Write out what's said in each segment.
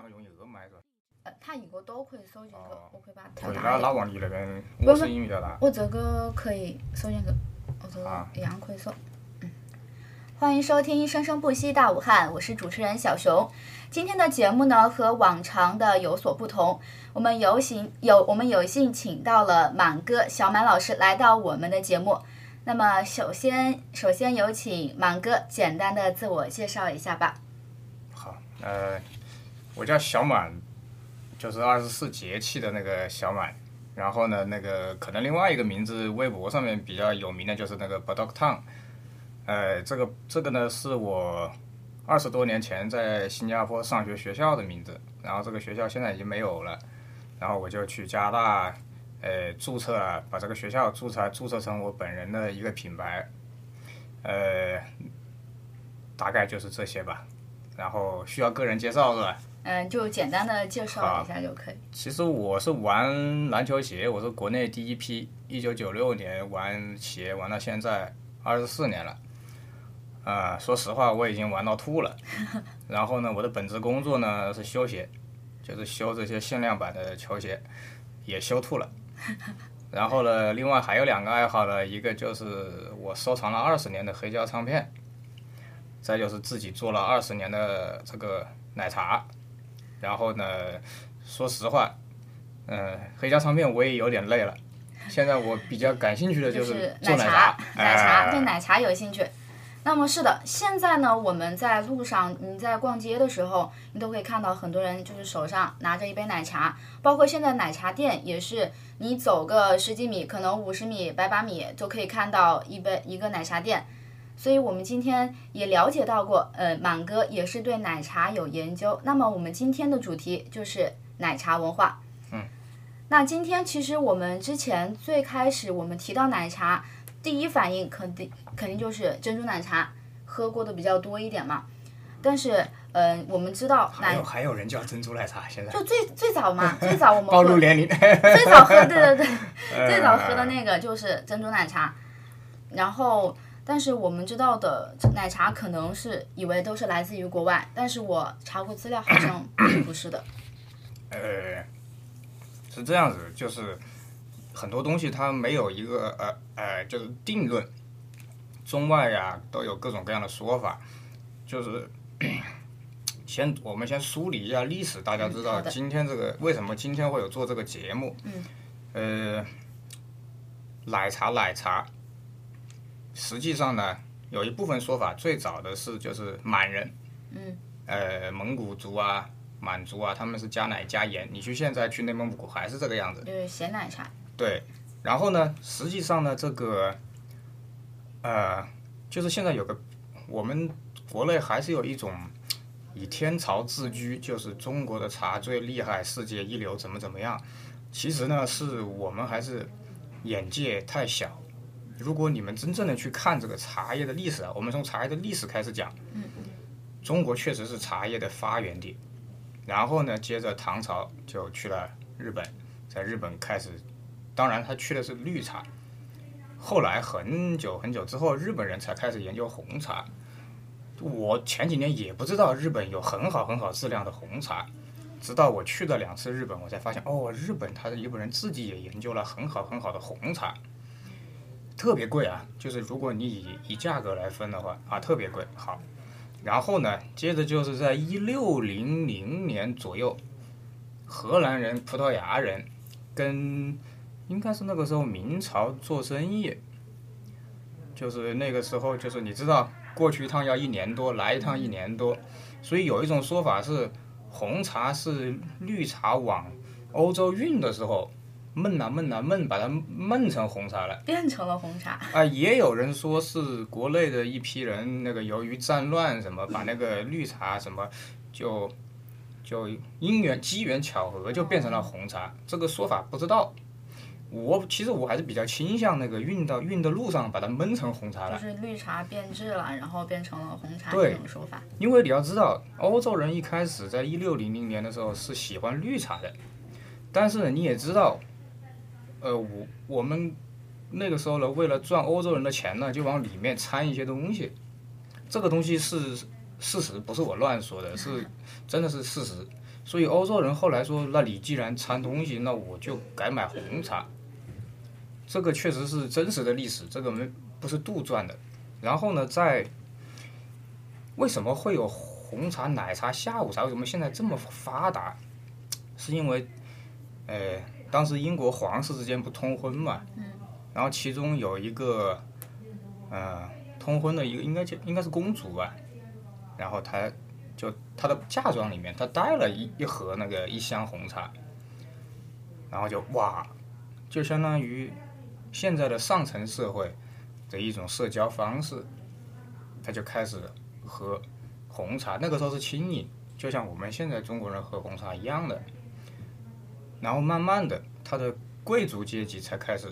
用英文买是吧？ 它英国都可以搜进去，我可以把它对， 打那往你那边我声音比较大。 我这个可以搜进去，我这个一样可以搜。欢迎收听《生生不息大武汉》，我是主持人小熊。今天的节目呢和往常的有所不同，我们有幸请到了满哥小满老师来到我们的节目。那么首先有请满哥简单的自我介绍一下吧。 好，我叫小满，就是24节气的那个小满。然后呢，那个可能另外一个名字，微博上面比较有名的就是那个 Budok Town。这个呢是我20多年前在新加坡上学校的名字，然后这个学校现在已经没有了，然后我就去加拿大，注册了，把这个学校注册成我本人的一个品牌，大概就是这些吧。然后需要个人介绍是吧？ 就简单的介绍一下就可以。 其实我是玩篮球鞋，我是国内第一批，1996年玩鞋玩到现在24年了。说实话我已经玩到吐了。然后呢，我的本职工作呢是修鞋，就是修这些限量版的球鞋，也修吐了。然后呢，另外还有2个爱好呢，一个就是我收藏了20年的黑胶唱片，再就是自己做了20年的这个奶茶。然后呢，说实话，黑胶唱片我也有点累了，现在我比较感兴趣的就是做奶茶， 对奶茶有兴趣。那么是的，现在呢，我们在路上，你在逛街的时候，你都会看到很多人就是手上拿着一杯奶茶，包括现在奶茶店也是，你走个10几米，可能50米、100米就可以看到一个奶茶店。所以我们今天也了解到过，满哥也是对奶茶有研究。那么我们今天的主题就是奶茶文化。那今天其实我们之前最开始我们提到奶茶，第一反应肯定就是珍珠奶茶，喝过的比较多一点嘛。但是我们知道还有人叫珍珠奶茶，现在就最早嘛，最早我们暴露年龄， 最早喝对，最早喝的那个就是珍珠奶茶。然后但是我们知道的奶茶可能是以为都是来自于国外，但是我查过资料，好像不是的。 是这样子，就是很多东西它没有一个就是定论，中外呀都有各种各样的说法。就是我们先梳理一下历史，大家知道今天为什么今天会有做这个节目。奶茶实际上呢，有一部分说法最早的就是满人，蒙古族啊、满族啊，他们是加奶加盐。你现在去内蒙古还是这个样子， 就是咸奶茶。 对，然后呢，实际上呢，这个就是现在我们国内还是有一种以天朝自居，就是中国的茶最厉害，世界一流，怎么样。其实呢，是我们还是眼界太小。如果你们真正的去看这个茶叶的历史啊，我们从茶叶的历史开始讲。中国确实是茶叶的发源地。然后呢，接着唐朝就去了日本，在日本开始，当然他去的是绿茶。后来很久之后，日本人才开始研究红茶。我前几年也不知道日本有很好质量的红茶，直到我去了2次日本，我才发现日本人自己也研究了很好的红茶，特别贵啊，就是如果你以价格来分的话特别贵。好，然后呢，接着就是在1600年左右，荷兰人、葡萄牙人跟应该是那个时候明朝做生意，就是那个时候，就是你知道过去一趟要1年多，来一趟1年多，所以有一种说法是红茶是绿茶往欧洲运的时候焖，把它焖成红茶了， 变成了红茶。 也有人说是国内的一批人那个由于战乱什么，把那个绿茶什么就机缘巧合就变成了红茶，这个说法不知道。其实我还是比较倾向那个运的路上把它焖成红茶了， 就是绿茶变质了，然后变成了红茶这种说法。 因为你要知道，欧洲人一开始在1600年的时候是喜欢绿茶的，但是呢，你也知道，我们那个时候呢，为了赚欧洲人的钱呢，就往里面掺一些东西。这个东西是事实，不是我乱说的，是真的是事实。 所以欧洲人后来说，那你既然掺东西，那我就改买红茶。这个确实是真实的历史，这个不是杜撰的。然后呢，为什么会有红茶、奶茶、下午茶？为什么现在这么发达？是因为，当时英国皇室之间不通婚嘛，然后其中有一个，通婚的一个应该是公主吧，然后她的嫁妆里面，她带了一盒一箱红茶，然后就相当于现在的上层社会的一种社交方式，他就开始喝红茶。那个时候是轻饮，就像我们现在中国人喝红茶一样的。然后慢慢的，他的贵族阶级才开始，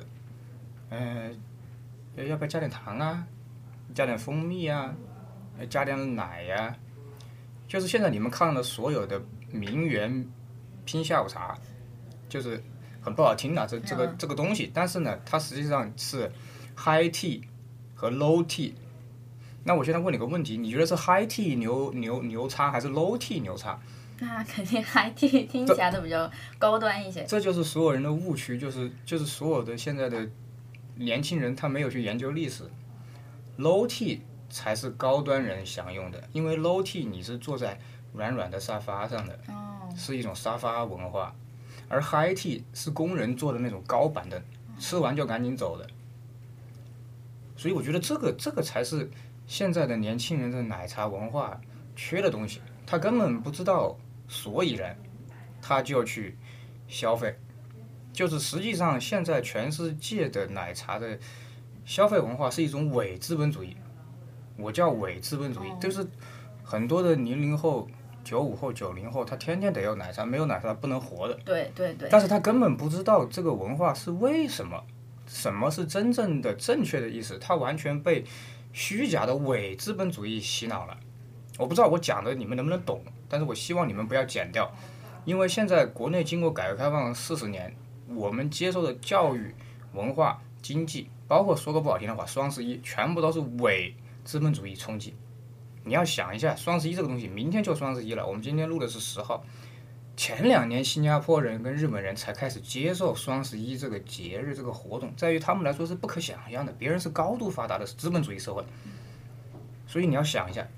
要不要加点糖啊，加点蜂蜜啊，加点奶呀、就是现在你们看的所有的名媛拼下午茶，就是很不好听的这个东西，但是呢，它实际上是 high tea 和 low tea。那我现在问你个问题，你觉得是 high tea 牛叉还是 low tea 牛叉？ 那肯定 high tea 听起来都比较高端一些。 这就是所有人的误区，就是所有的现在的年轻人他没有去研究历史 ，low tea 才是高端人享用的，因为 low tea 你是坐在软软的沙发上的，是一种沙发文化，而 high tea 是工人坐的那种高板凳，吃完就赶紧走的。所以我觉得这个才是现在的年轻人的奶茶文化缺的东西，他根本不知道所以然，他就去消费。就是实际上现在全世界的奶茶的消费文化是一种伪资本主义，我叫伪资本主义，就是很多的00后、95后、90后，他天天得有奶茶，没有奶茶不能活的。 对。 但是他根本不知道这个文化是为什么，什么是真正的正确的意思，他完全被虚假的伪资本主义洗脑了。我不知道我讲的你们能不能懂，但是我希望你们不要剪掉，因为现在国内经过改革开放40年，我们接受的教育、文化、经济，包括说个不好听的话，双11全部都是伪资本主义冲击。你要想一下，双11这个东西，明天就双11了，我们今天录的是10号，前2年新加坡人跟日本人才开始接受双11这个节日这个活动，在于他们来说是不可想象的，别人是高度发达的资本主义社会，所以你要想一下。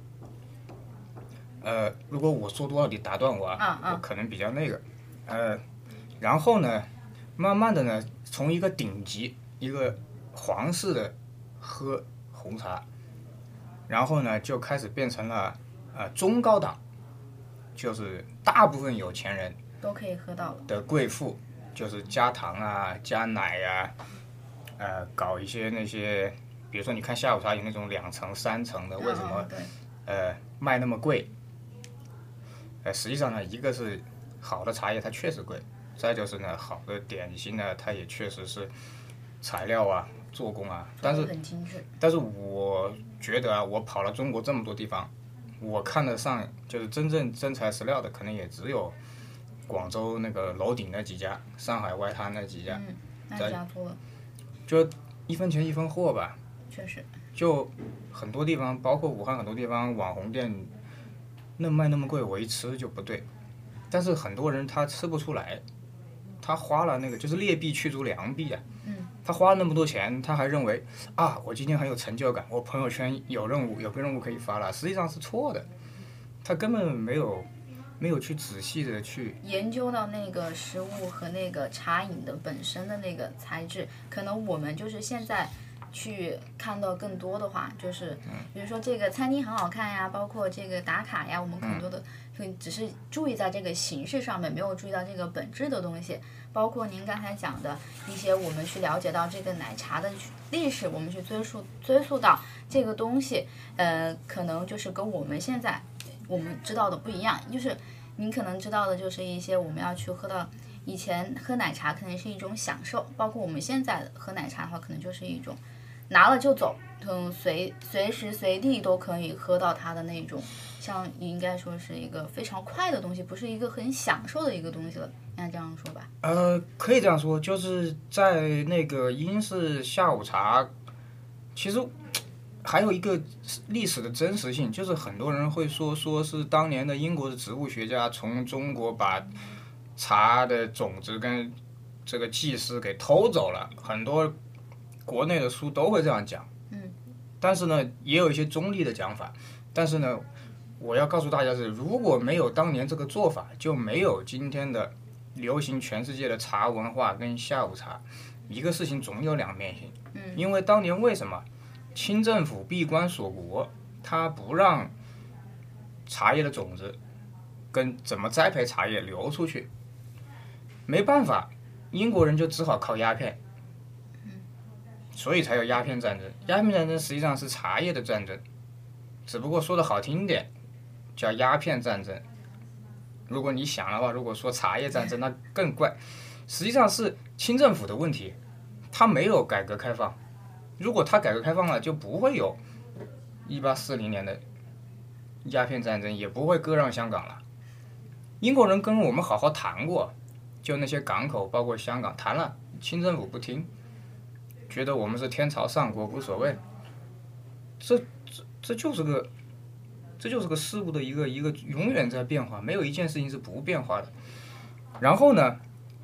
如果我说多了，你打断我啊，我可能比较那个，然后呢，慢慢的呢，从一个顶级一个皇室的喝红茶，然后呢就开始变成了中高档，就是大部分有钱人都可以喝到的贵妇，就是加糖啊、加奶呀、搞一些那些，比如说你看下午茶有那种2层、3层的，为什么卖那么贵？实际上呢，一个是好的茶叶它确实贵，再就是呢好的点心呢它也确实是材料啊、做工啊，但是我觉得啊，我跑了中国这么多地方，我看得上就是真正真材实料的，可能也只有广州那个楼顶那几家，上海外滩那几家， 那家多了， 就1分钱1分货吧。 确实， 就很多地方，包括武汉很多地方网红店，那卖那么贵，我一吃就不对。但是很多人他吃不出来，他花了那个就是劣币驱逐良币啊。他花了那么多钱，他还认为啊，我今天很有成就感，我朋友圈有个任务可以发了，实际上是错的。他根本没有去仔细的去研究到那个食物和那个茶饮的本身的那个材质，可能我们就是现在去看到更多的话，就是比如说这个餐厅很好看呀，包括这个打卡呀，我们很多的会只是注意在这个形式上面，没有注意到这个本质的东西。包括您刚才讲的一些，我们去了解到这个奶茶的历史，我们去追溯到这个东西，可能就是跟我们现在我们知道的不一样。就是您可能知道的就是一些我们要去喝到，以前喝奶茶可能是一种享受，包括我们现在喝奶茶的话，可能就是一种拿了就走，随时随地都可以喝到它的那种，像应该说是一个非常快的东西，不是一个很享受的一个东西了，应该这样说吧？ 可以这样说，就是在那个英式下午茶，其实还有一个历史的真实性，就是很多人会说是当年的英国的植物学家从中国把茶的种子跟这个技师给偷走了，很多国内的书都会这样讲。但是呢，也有一些中立的讲法。但是呢，我要告诉大家是，如果没有当年这个做法，就没有今天的流行全世界的茶文化跟下午茶。一个事情总有两面性。因为当年为什么清政府闭关锁国，他不让茶叶的种子跟怎么栽培茶叶流出去，没办法，英国人就只好靠鸦片，所以才有鸦片战争。鸦片战争实际上是茶叶的战争，只不过说的好听点叫鸦片战争。如果你想的话，如果说茶叶战争那更怪，实际上是清政府的问题，他没有改革开放。如果他改革开放了，就不会有1840年的鸦片战争，也不会割让香港了。英国人跟我们好好谈过，就那些港口包括香港谈了，清政府不听，觉得我们是天朝上国无所谓。这就是个事物的一个永远在变化，没有一件事情是不变化的。然后呢，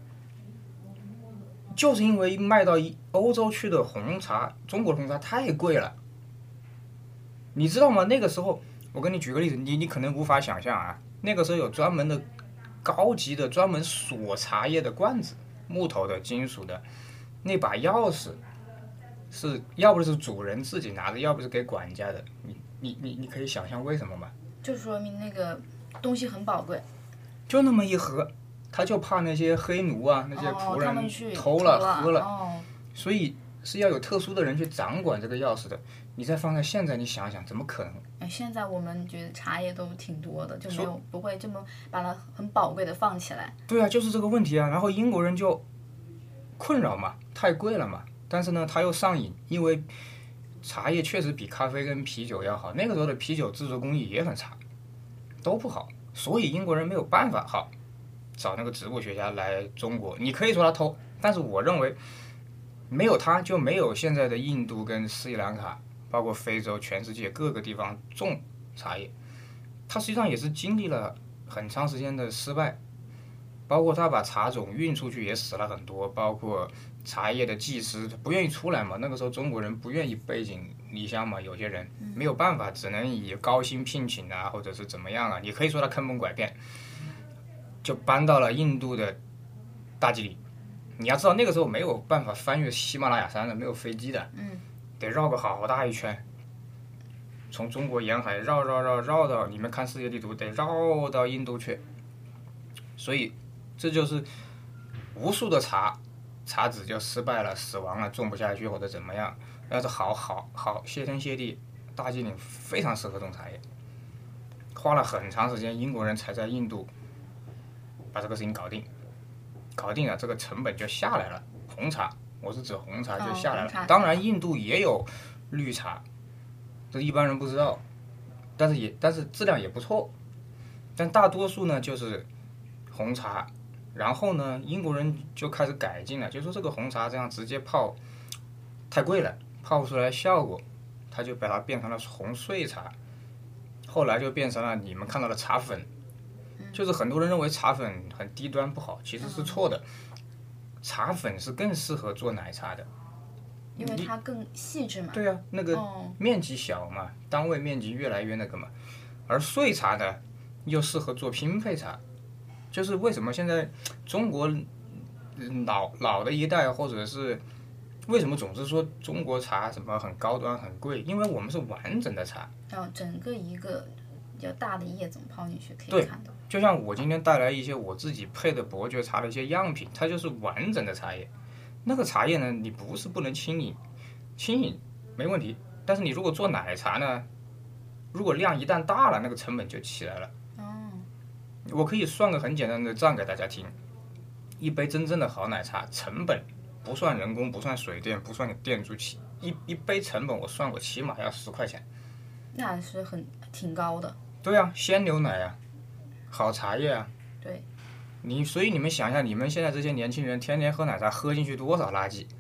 就是因为卖到欧洲去的红茶，中国的红茶太贵了，你知道吗？那个时候，我跟你举个例子，你可能无法想象啊。那个时候有专门的高级的专门锁茶叶的罐子，木头的、金属的，那把钥匙是要不是主人自己拿着，要不是给管家的。你可以想象为什么吗？ 就说明那个东西很宝贵。 就那么一盒，他就怕那些黑奴啊，那些仆他们人去偷了喝了， 哦， 所以是要有特殊的人去掌管这个钥匙的。你再放在现在，你想想，怎么可能？ 现在我们觉得茶叶都挺多的，就不会这么把它很宝贵的放起来。 对啊，就是这个问题啊。然后英国人就困扰嘛，太贵了嘛。但是呢，他又上瘾，因为茶叶确实比咖啡跟啤酒要好。那个时候的啤酒制作工艺也很差，都不好，所以英国人没有办法，好找那个植物学家来中国。你可以说他偷，但是我认为没有他就没有现在的印度跟斯里兰卡，包括非洲，全世界各个地方种茶叶。他实际上也是经历了很长时间的失败，包括他把茶种运出去也死了很多，包括茶叶的技师不愿意出来嘛，那个时候中国人不愿意背井离乡嘛，有些人没有办法，只能以高薪聘请啊，或者是怎么样啊，你可以说他坑蒙拐骗，就搬到了印度的大吉里。你要知道那个时候没有办法翻越喜马拉雅山的，没有飞机的，得绕个好大一圈，从中国沿海绕到，你们看世界地图得绕到印度去，所以这就是无数的茶籽就失败了、死亡了、种不下去或者怎么样。要是好谢天谢地，大吉岭非常适合种茶叶，花了很长时间，英国人才在印度把这个事情搞定了，这个成本就下来了。红茶，我是指红茶就下来了。当然，印度也有绿茶，这一般人不知道，但是质量也不错。但大多数呢就是红茶。然后呢，英国人就开始改进了，就说这个红茶这样直接泡太贵了，泡不出来效果，他就把它变成了红碎茶，后来就变成了你们看到的茶粉。就是很多人认为茶粉很低端不好，其实是错的。茶粉是更适合做奶茶的， 因为它更细致嘛。 对啊，那个面积小嘛，单位面积越来越那个嘛。而碎茶呢，又适合做拼配茶。就是为什么现在中国老的一代，或者是为什么总是说中国茶什么很高端很贵？因为我们是完整的茶。 整个一个比较大的叶种泡进去可以看到。 就像我今天带来一些我自己配的伯爵茶的一些样品，它就是完整的茶叶。那个茶叶呢，你不是不能轻饮没问题，但是你如果做奶茶呢，如果量一旦大了，那个成本就起来了。我可以算个很简单的账给大家听，一杯真正的好奶茶成本不算人工，不算水电，不算店租，一杯成本我算过起码要10块钱。 那是挺高的。 对啊，鲜牛奶啊，好茶叶啊。 对。 所以你们想一下，你们现在这些年轻人天天喝奶茶，喝进去多少垃圾？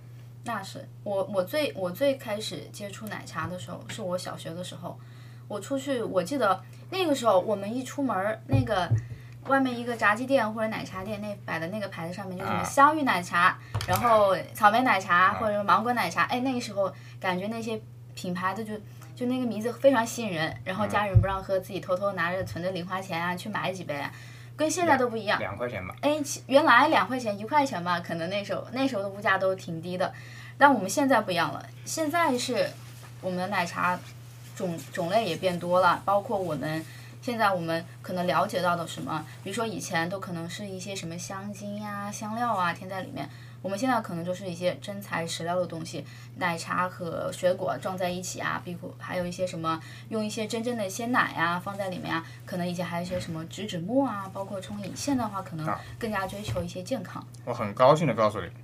那是我最开始接触奶茶的时候，是我小学的时候，我出去，我记得那个时候我们一出门，那个外面一个炸鸡店或者奶茶店那摆的那个牌子上面就什么香芋奶茶，然后草莓奶茶或者芒果奶茶，哎，那个时候感觉那些品牌的就那个名字非常吸引人，然后家人不让喝，自己偷偷拿着存的零花钱啊去买几杯啊。跟现在都不一样 ，2块钱吧。 哎，原来2块钱1块钱吧，可能那时候的物价都挺低的，但我们现在不一样了。现在是我们的奶茶种类也变多了，包括现在我们可能了解到的什么，比如说以前都可能是一些什么香精呀、香料啊添在里面，我们现在可能就是一些真材实料的东西，奶茶和水果撞在一起啊，还有一些什么用一些真正的鲜奶啊放在里面啊，可能以前还有一些什么植物啊，包括冲饮。现在的话可能更加追求一些健康。 我很高兴的告诉你，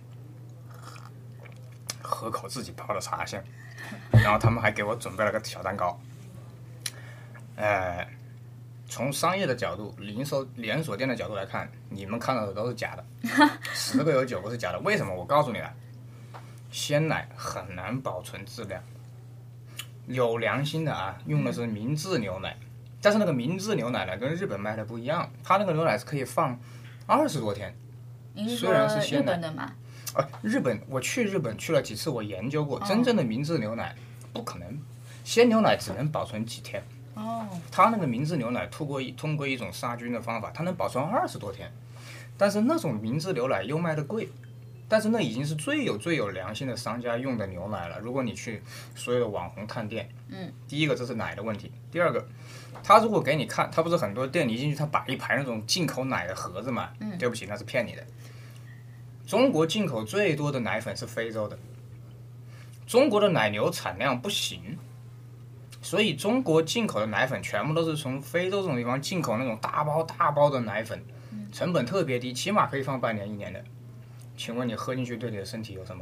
喝口自己泡的茶先，然后他们还给我准备了个小蛋糕。从商业的角度、连锁店的角度来看，你们看到的都是假的，10个有9个是假的。为什么？我告诉你了，鲜奶很难保存质量。有良心的啊，用的是明治牛奶，但是那个明治牛奶呢，跟日本卖的不一样，它那个牛奶是可以放20多天。 您是说日本的吗？ 日本，我去日本去了几次，我研究过，真正的明治牛奶不可能，鲜牛奶只能保存几天。它那个明治牛奶通过一种杀菌的方法，它能保存20多天。但是那种明治牛奶又卖的贵，但是那已经是最有良心的商家用的牛奶了。如果你去所有的网红探店，第一个这是奶的问题，第二个，他如果给你看，他不是很多店你一进去他摆一排那种进口奶的盒子嘛？对不起，那是骗你的。中国进口最多的奶粉是非洲的，中国的奶牛产量不行。所以中国进口的奶粉全部都是从非洲这种地方进口那种大包的奶粉，成本特别低，起码可以放半年1年的。请问你喝进去对你的身体有什么？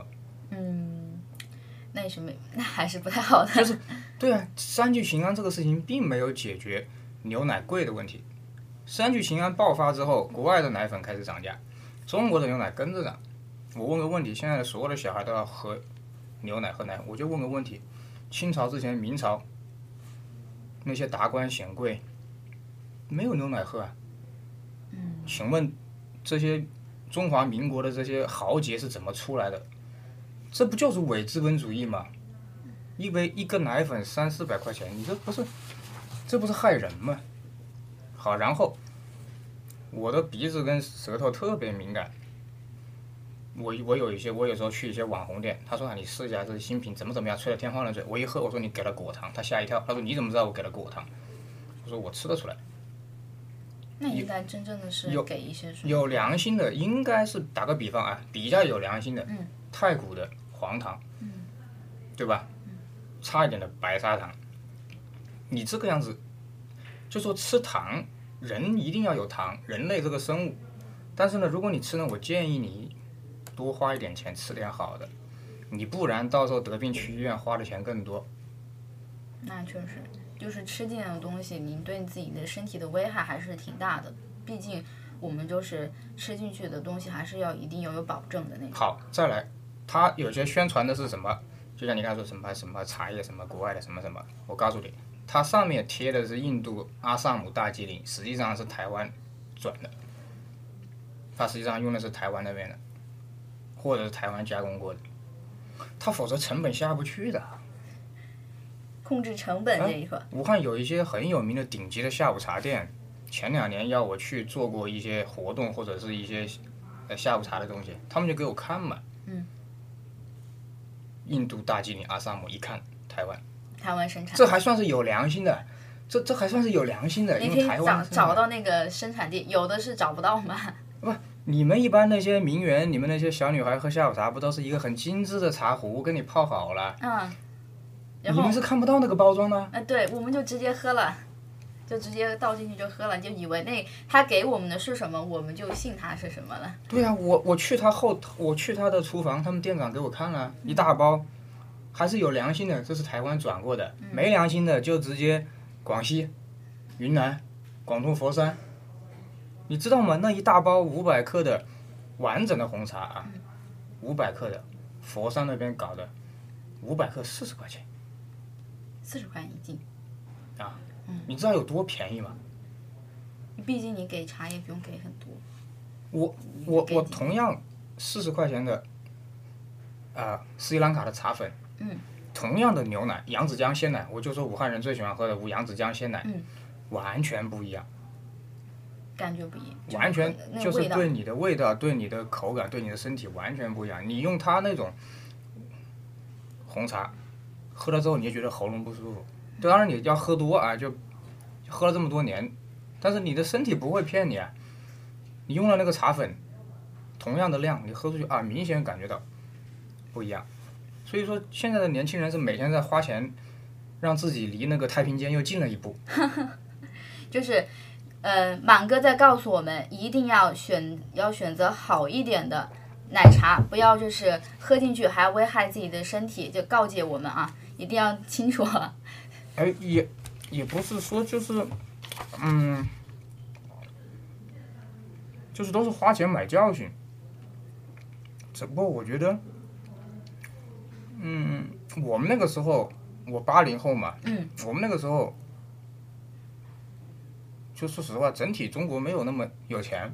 那还是不太好的。 就是对啊，三聚氰胺这个事情并没有解决牛奶贵的问题。三聚氰胺爆发之后，国外的奶粉开始涨价，中国的牛奶跟着涨。我问个问题，现在的所有的小孩都要喝牛奶喝奶粉，我就问个问题：清朝之前、明朝那些达官显贵没有牛奶喝啊？请问这些中华民国的这些豪杰是怎么出来的？这不就是伪资本主义吗？一个奶粉300-400块钱，你这不是害人吗？好，然后我的鼻子跟舌头特别敏感，我有时候去一些网红店，他说你试一下这是新品怎么样，吹得天花乱坠。我一喝我说你给了果糖，他吓一跳，他说你怎么知道我给了果糖？我说我吃得出来。 那应该真正的是给一些有良心的，应该是打个比方啊，比较有良心的，太古的黄糖，对吧？差一点的白砂糖。你这个样子，就说吃糖，人一定要有糖，人类这个生物。但是呢，如果你吃呢，我建议你多花一点钱吃点好的，你不然到时候得病去医院花的钱更多。 那确实，就是吃进的东西，你对自己的身体的危害还是挺大的。毕竟我们就是吃进去的东西，还是要一定要有保证的那种。 好，再来，它有些宣传的是什么？就像你刚才说什么茶叶，什么国外的什么，我告诉你，它上面贴的是印度阿萨姆大吉岭，实际上是台湾转的，它实际上用的是台湾那边的，或者是台湾加工过的，它否则成本下不去的。 控制成本这一块。 武汉有一些很有名的顶级的下午茶店，前2年要我去做过一些活动或者是一些下午茶的东西，他们就给我看嘛。印度大吉岭阿萨姆，一看台湾生产， 这还算是有良心的，这还算是有良心的，因为台湾找到那个生产地，有的是找不到嘛。 不，你们一般那些名媛，你们那些小女孩喝下午茶，不都是一个很精致的茶壶给你泡好了？你们是看不到那个包装的。 对，我们就直接喝了，就直接倒进去就喝了，就以为他给我们的是什么，我们就信他是什么了。 对啊，我去他的厨房，他们店长给我看了一大包，还是有良心的，这是台湾转过的，没良心的就直接广西、云南、广东佛山，你知道吗？那一大包500克的完整的红茶啊，500克的佛山那边搞的，500克40块钱 ，40块一斤。 啊，你知道有多便宜吗？ 毕竟你给茶也不用给很多。 我同样40块钱的斯里兰卡的茶粉，同样的牛奶，扬子江鲜奶，我就说武汉人最喜欢喝的扬子江鲜奶，完全不一样， 感觉不一样， 完全就是对你的味道、对你的口感、对你的身体完全不一样。你用它那种红茶，喝了之后你就觉得喉咙不舒服。当然你要喝多啊，就喝了这么多年，但是你的身体不会骗你啊。你用了那个茶粉，同样的量，你喝出去啊，明显感觉到不一样。所以说，现在的年轻人是每天在花钱，让自己离那个太平间又近了一步。 就是，满哥在告诉我们，一定要选择好一点的奶茶，不要就是喝进去还危害自己的身体，就告诫我们啊，一定要清楚。 也不是说就是，就是都是花钱买教训。只不过我觉得，我们那个时候，我80后嘛，我们那个时候，就说实话，整体中国没有那么有钱，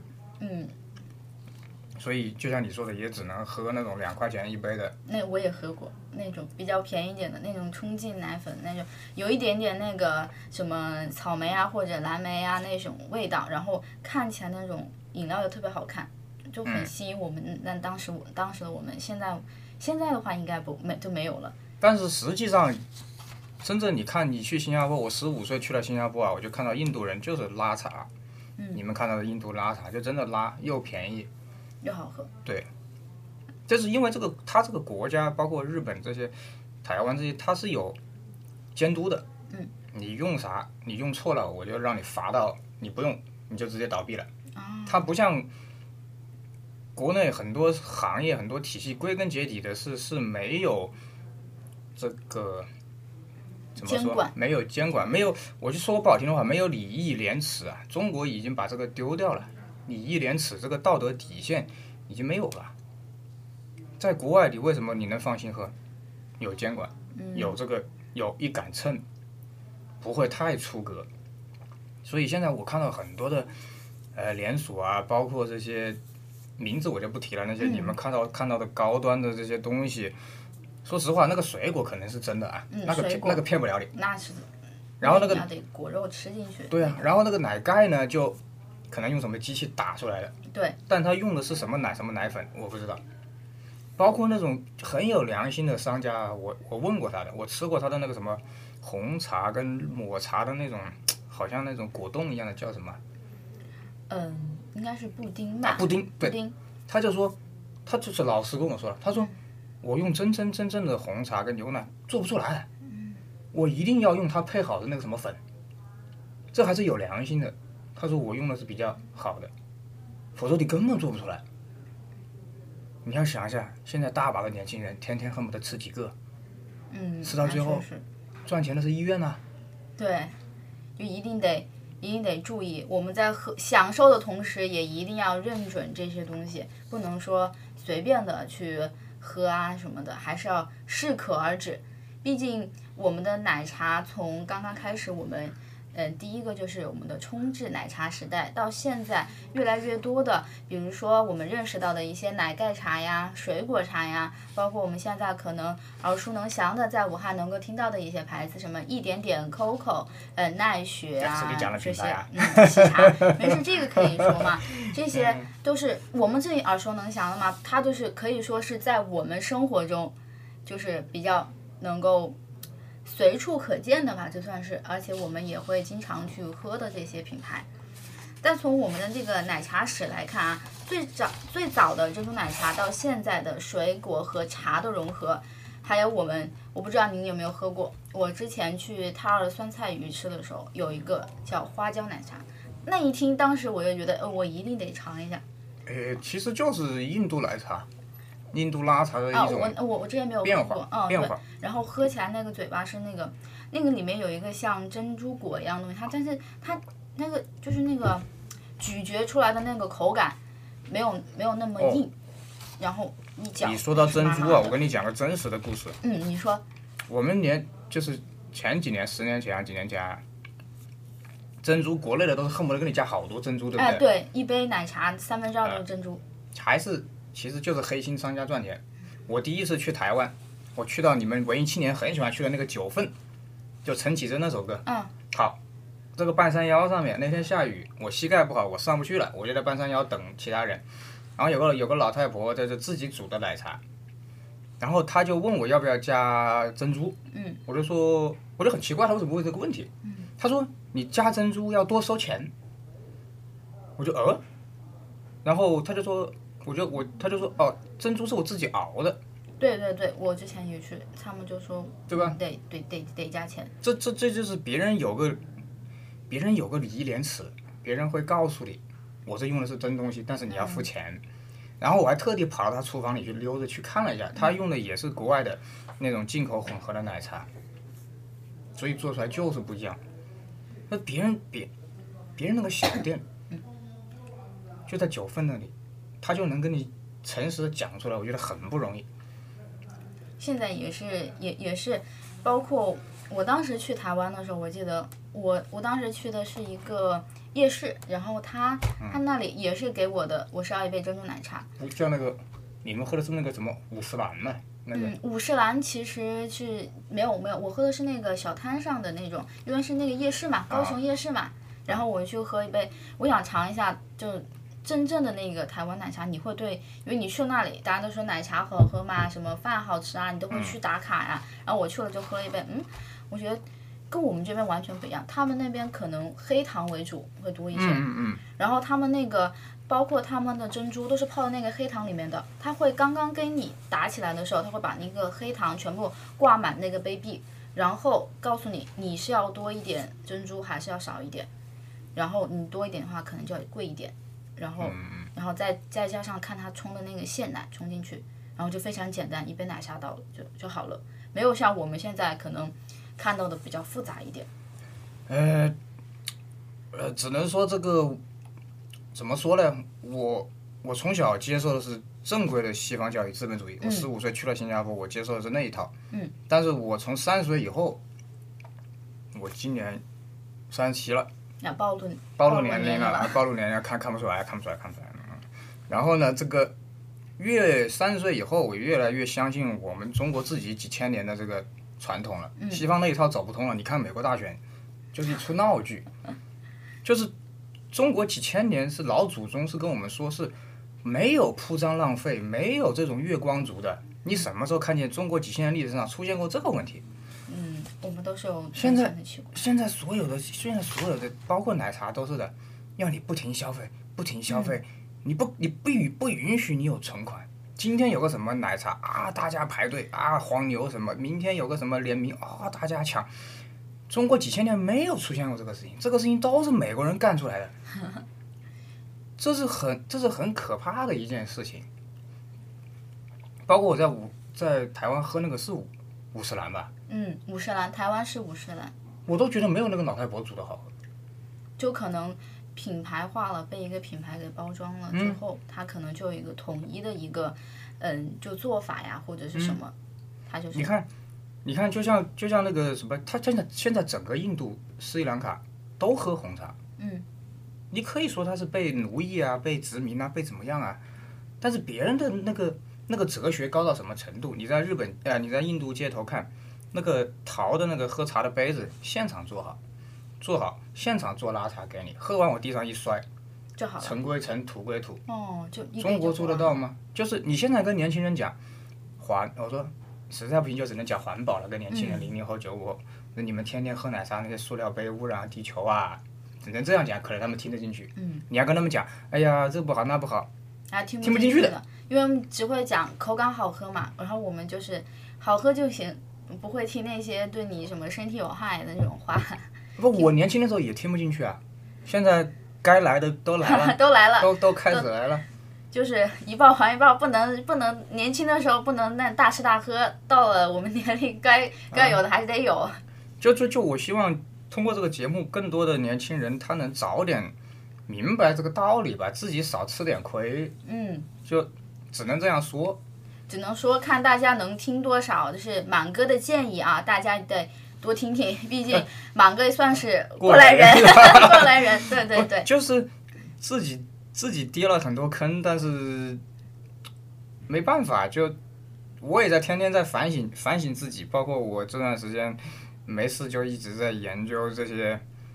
所以就像你说的，也只能喝那种2块钱一杯的。 那我也喝过那种比较便宜一点的那种冲劲奶粉，那种有一点点那个什么草莓啊或者蓝莓啊那种味道，然后看起来那种饮料又特别好看，就很吸引我们。但当时的我们，现在的话应该就没有了。 但是实际上，真正你看，你去新加坡，我15岁去了新加坡啊，我就看到印度人就是拉茶，你们看到的印度拉茶就真的拉又便宜又好喝。 对，这是因为它这个国家，包括日本这些、台湾这些，它是有监督的。你用啥，你用错了，我就让你罚到你不用，你就直接倒闭了。它不像国内很多行业、很多体系，归根结底的是没有这个怎么说？没有监管，没有，我就说不好听的话，没有礼义廉耻啊！中国已经把这个丢掉了。礼义廉耻这个道德底线已经没有了。在国外，你为什么你能放心喝？有监管，有一杆秤，不会太出格。所以现在我看到很多的连锁啊，包括这些名字我就不提了，那些你们看到的高端的这些东西，说实话，那个水果可能是真的啊，那个骗不了你。 那是。 然后那个要得果肉吃进去。 对啊，然后那个奶盖呢就。可能用什么机器打出来的， 对， 但他用的是什么奶什么奶粉，我不知道。包括那种很有良心的商家，我问过他的，我吃过他的那个什么红茶跟抹茶的那种，好像那种果冻一样的，叫什么？ 应该是布丁吧。 布丁，对。他就说，他就是老实跟我说了，他说我用真正的红茶跟牛奶做不出来，我一定要用他配好的那个什么粉，这还是有良心的。他说我用的是比较好的，否则你根本做不出来。你要想一下，现在大把的年轻人天天恨不得吃几个，吃到最后赚钱的是医院啊。 对，就一定得注意，我们在享受的同时，也一定要认准这些东西，不能说随便的去喝啊什么的，还是要适可而止。毕竟我们的奶茶从刚刚开始，我们第一个就是我们的冲制奶茶时代，到现在越来越多的，比如说我们认识到的一些奶盖茶呀、水果茶呀，包括我们现在可能耳熟能详的，在武汉能够听到的一些牌子，什么一点点 COCO、奈雪啊这些，喜茶，没事，这个可以说嘛，这些都是我们这里耳熟能详的嘛，它都是可以说是在我们生活中，就是比较能够。随处可见的吧，就算是，而且我们也会经常去喝的这些品牌。但从我们的这个奶茶史来看啊，最早的珍珠奶茶到现在的水果和茶的融合，还有我不知道您有没有喝过，我之前去他二的酸菜鱼吃的时候，有一个叫花椒奶茶，那一听当时我就觉得，我一定得尝一下。 其实就是印度奶茶。印度拉茶的一种我之前没有喝过，对，然后喝起来那个嘴巴是那个里面有一个像珍珠果一样的东西，但是它那个就是那个咀嚼出来的那个口感没有那么硬，然后一角。 你说到珍珠啊， 是麻麻的我跟你讲个真实的故事。 你说。 我们就是前几年10年前几年前啊，珍珠国内的都是恨不得给你加好多珍珠，对不对？ 哎，对，一杯奶茶2/3都是珍珠。 其实就是黑心商家赚钱。我第一次去台湾，我去到你们文艺青年很喜欢去的那个九份，就陈绮贞那首歌。好，这个半山腰上面那天下雨，我膝盖不好，我上不去了，我就在半山腰等其他人。然后有个老太婆在这自己煮的奶茶，然后她就问我要不要加珍珠。我就很奇怪，她为什么问这个问题？她说你加珍珠要多收钱。我就然后她就说，她就说哦，珍珠是我自己熬的。 对对对，我之前也去，他们就说， 对吧？ 得加钱。 这就是别人有个礼义廉耻，别人会告诉你，我这用的是真东西，但是你要付钱。然后我还特地跑到他厨房里去溜着去看了一下，他用的也是国外的那种进口混合的奶茶，所以做出来就是不一样。那别人那个小店，就在九份那里，他就能跟你诚实的讲出来，我觉得很不容易。 现在也是，包括我当时去台湾的时候，我记得我当时去的是一个夜市，然后他那里也是给我是要一杯珍珠奶茶。 叫那个，你们喝的是那个什么五十岚呢？那个。 五十岚其实是没有，我喝的是那个小摊上的那种，因为是那个夜市嘛，高雄夜市嘛，然后我去喝一杯，我想尝一下就。真正的那个台湾奶茶，你会对，因为你去那里，大家都说奶茶好喝嘛，什么饭好吃啊，你都会去打卡呀。然后我去了就喝了一杯，我觉得跟我们这边完全不一样。他们那边可能黑糖为主会多一些，然后他们那个包括他们的珍珠都是泡在那个黑糖里面的，他会刚刚跟你打起来的时候，他会把那个黑糖全部挂满那个杯壁，然后告诉你你是要多一点珍珠还是要少一点，然后你多一点的话可能就要贵一点。然后再加上看他冲的那个鲜奶冲进去，然后就非常简单，一杯奶茶倒了就好了，没有像我们现在可能看到的比较复杂一点。 只能说这个怎么说呢？我从小接受的是正规的西方教育资本主义。我15岁去了新加坡，我接受的是那一套。但是我从30岁以后，我今年37了。暴露年龄了，暴露年龄看不出来。然后呢，这个越30岁以后，我越来越相信我们中国自己几千年的这个传统了。西方那一套走不通了。你看美国大选，就是一出闹剧，就是中国几千年是老祖宗是跟我们说是没有铺张浪费，没有这种月光族的。你什么时候看见中国几千年历史上出现过这个问题？ 我们都是有现在所有的，包括奶茶都是的，要你不停消费，你不允许你有存款。今天有个什么奶茶啊，大家排队啊，黄牛什么，明天有个什么联名啊，大家抢。中国几千年没有出现过这个事情，这个事情都是美国人干出来的，这是很可怕的一件事情。包括我在台湾喝那个是五十岚吧。 五十岚，台湾是五十岚， 我都觉得没有那个老太婆煮的好喝。 就可能品牌化了，被一个品牌给包装了之后，它可能就有一个统一的一个就做法呀，或者是什么，它就是。 你看，就像那个什么，他现在整个印度、斯里兰卡都喝红茶。你可以说他是被奴役啊，被殖民啊，被怎么样啊，但是别人的那个哲学高到什么程度？你在日本你在印度街头看。那个陶的那个喝茶的杯子，现场做好，现场做拉茶给你，喝完我地上一摔， 就好了。 尘归尘，土归土。 就中国做得到吗？就是你现在跟年轻人讲我说实在不行就只能讲环保了，跟年轻人00后95后，那你们天天喝奶茶那些塑料杯污染地球啊，只能这样讲，可能他们听得进去。你要跟他们讲，哎呀这不好那不好， 听不进去的， 因为只会讲口感好喝嘛，然后我们就是好喝就行。不会听那些对你什么身体有害的那种话。 不，我年轻的时候也听不进去啊。现在该来的都来了， 都来了， 都开始来了。 就是一报还一报，不能年轻的时候不能那大吃大喝，到了我们年龄该有的还是得有。 就我希望通过这个节目，更多的年轻人他能早点明白这个道理吧，自己少吃点亏。 嗯， 就只能这样说。 只能说看大家能听多少，就是满哥的建议啊，大家得多听听，毕竟满哥也算是过来人，过来人，对对对， 就是自己跌了很多坑，但是没办法，就我也在天天在反省自己，包括我这段时间没事就一直在研究这些